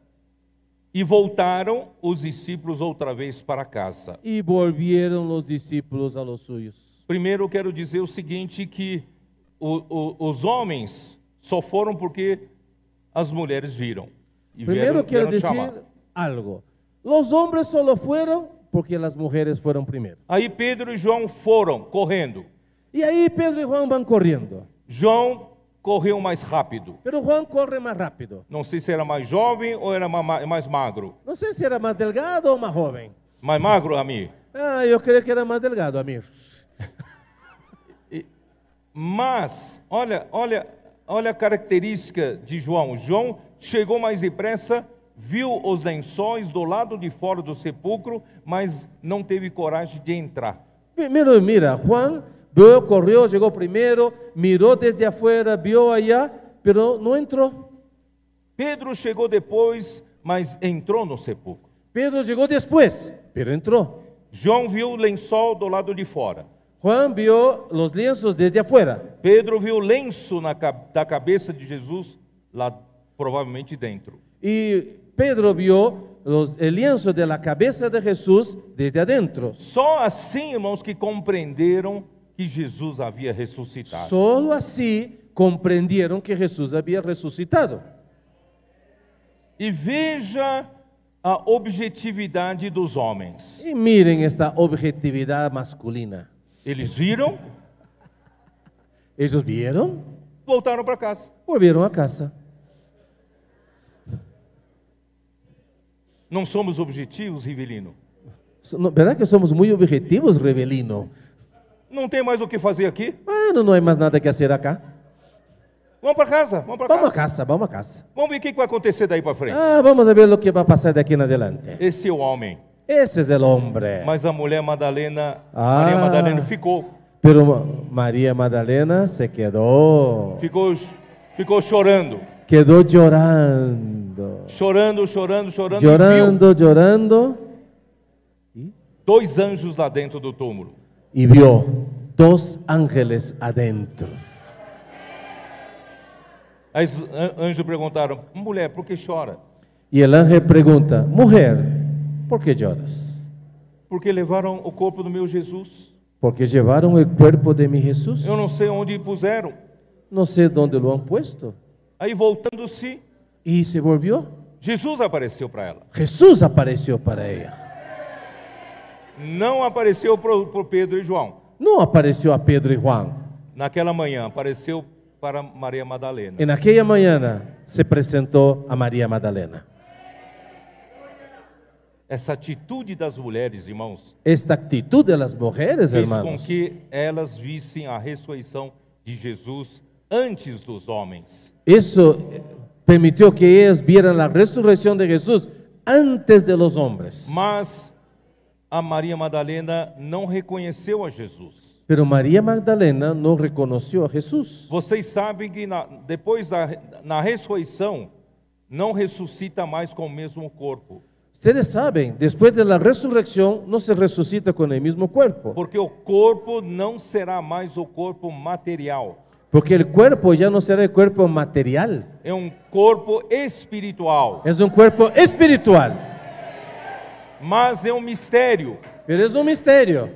E voltaram os discípulos outra vez para casa. Y volvieron los discípulos a los suyos. Primeiro eu quero dizer o seguinte, que o, o, os homens só foram porque as mulheres viram. E Primero vieram, quiero vieram decir chamar. algo. Los hombres solo fueron porque las mujeres fueron primero. Aí Pedro e João foram correndo. Y ahí Pedro y Juan van corriendo. João correu mais rápido. Pero Juan corre más rápido. Não sei se era mais jovem ou era ma- ma- mais magro. No sé si era más delgado o más joven. Mais magro, Amir. Ah, yo creo que era más delgado, Amir. Mas, olha, olha olha a característica de João. João chegou mais depressa, viu os lençóis do lado de fora do sepulcro, mas não teve coragem de entrar. Primero mira, Juan vio, corrió, llegó primero, miró desde afuera, vio allá, pero no entró. Pedro chegou depois, mas entrou no sepulcro. Pedro llegó después, pero entró. João viu o lençol do lado de fora. Juan vio los lienzos desde afuera. Pedro viu o lenço na, da cabeça de Jesus, lá provavelmente dentro. Y Pedro vio los, el lienzo de la cabeza de Jesús desde adentro. Só assim, irmãos, que compreenderam que Jesus havia ressuscitado. Solo así comprendieron que Jesús había resucitado. E veja a objetividade dos homens. Y miren esta objetividad masculina. Eles viram, Ellos vieron, voltaram para casa. volvieron a casa. Não somos objetivos, Rivelino? So- no, ¿Verdad que somos muy objetivos, Rebelino? Não tem mais o que fazer aqui? Bueno, no hay más nada que hacer acá. Vamos para casa, vamos para Vamos a casa. casa, vamos a casa. Vamos ver o que vai acontecer daí para frente. Ah, vamos a ver lo que va a pasar de aquí en adelante. Esse é o homem. Ese es el hombre. Mas a mulher Madalena, Ah. Maria Madalena ficou, Pero Ma- María Magdalena se quedó, ficou, ficou chorando, quedó llorando, chorando, chorando, chorando. E viu llorando, llorando, dois anjos lá dentro do túmulo. y vio dos ángeles adentro. Aí os an- anjos perguntaram: mulher, por que chora? Y el ángel pregunta, mujer, ¿por qué lloras? Porque levaram o corpo do meu Jesus. Porque llevaron el cuerpo de mi Jesús. Eu não sei onde puseram. No sé dónde lo han puesto. Aí voltando-se, Y se volvió. Jesus apareceu para ela. Jesús apareció para ella. Não apareceu para Pedro e João. No apareció a Pedro y Juan. Naquela manhã, apareceu para Maria Madalena. En aquella mañana se presentó a María Magdalena. Essa atitude das mulheres, irmãos, Esta actitud de las mujeres, fez com hermanos, que elas vissem a ressurreição de Jesus antes dos homens. eso eh, permitió que ellas vieran la resurrección de Jesús antes de los hombres. Mas a Maria Madalena não reconheceu a Jesus. Pero María Magdalena no reconoció a Jesús. Vocês sabem que na, depois da na ressurreição, não ressuscita mais com o mesmo corpo. Ustedes saben, después de la resurrección no se resucita con el mismo cuerpo, Porque o corpo não será mais o corpo material. porque el cuerpo ya no será el cuerpo material, É um corpo espiritual. es un cuerpo espiritual, Mas é um mistério. pero es un misterio.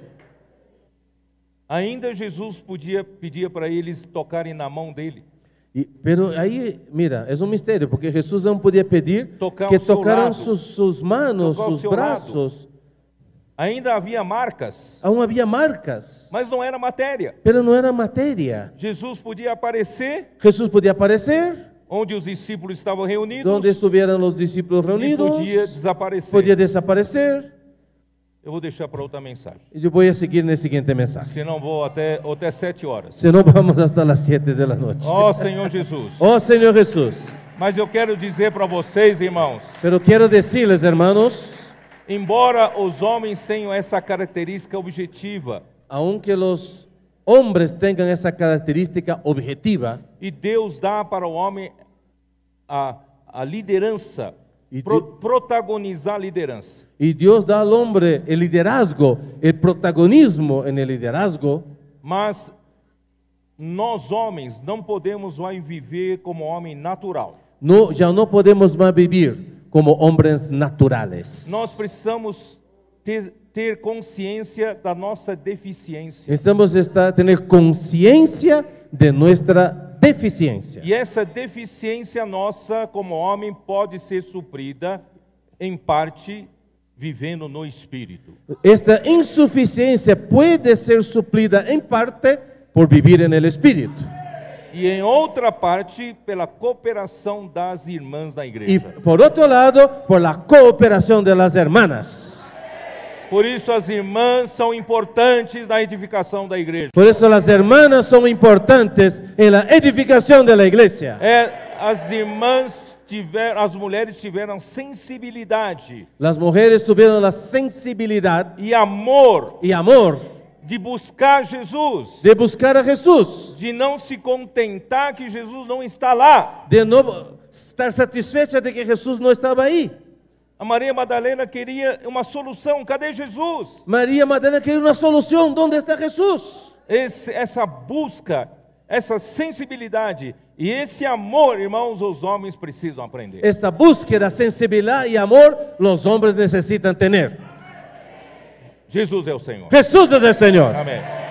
Ainda Jesus podia pedir para eles tocarem na mão dele. Y- pero ahí, mira, es un misterio, porque Jesús aún podía pedir Tocar que ao seu tocaran lado. sus, sus manos, Tocar ao sus seu brazos. Ainda havia marcas, Aún había marcas, mas não era matéria. pero no era materia. Jesus podia aparecer Jesús podía aparecer onde os discípulos estavam reunidos donde estuvieran los discípulos e reunidos, podia desaparecer. podía desaparecer. Eu vou deixar para outra mensagem. Y yo voy a seguir en el siguiente mensaje. Senão vou até, até sete horas. Si no, vamos hasta las siete de la noche. Ó Senhor Jesus. Oh Señor Jesús. Mas eu quero dizer para vocês, irmãos, Pero quiero decirles, hermanos, embora os homens tenham essa característica objetiva, aunque los hombres tengan esa característica objetiva, e Deus dá para o homem a, a liderança, E pro, Deus- protagonizar a liderança. y Dios da al hombre el liderazgo, el protagonismo en el liderazgo, Mas nós homens não podemos mais viver como homem natural. no, ya no podemos más vivir como hombres naturales. Nós precisamos ter, ter consciência da nossa deficiência. Necesitamos estar, tener conciencia de nuestra deficiencia. E essa deficiência nossa como homem pode ser suprida em parte vivendo no Espírito. Esta insuficiencia puede ser suplida en parte por vivir en el Espíritu. E em outra parte pela cooperação das irmãs da Y igreja. por otro lado, por la cooperación de las hermanas. Por isso as irmãs são importantes na edificação da igreja. Por eso las hermanas son importantes en la edificación de la iglesia. É, as irmãs tiveram, as mulheres tiveram sensibilidade Las mujeres tuvieron la sensibilidad e amor y amor de buscar Jesus, de buscar a Jesús, de não se contentar que Jesus não está lá. de no estar satisfecha de que Jesús no estaba ahí. A Maria Madalena queria uma solução. Cadê Jesus? María Magdalena quería una solución. ¿Dónde está Jesús? Esse, essa busca, essa sensibilidade e esse amor, irmãos, os homens precisam aprender. Esta búsqueda, sensibilidad y amor, los hombres necesitan tener. Jesus é o Senhor. Jesús es el Señor. Amém.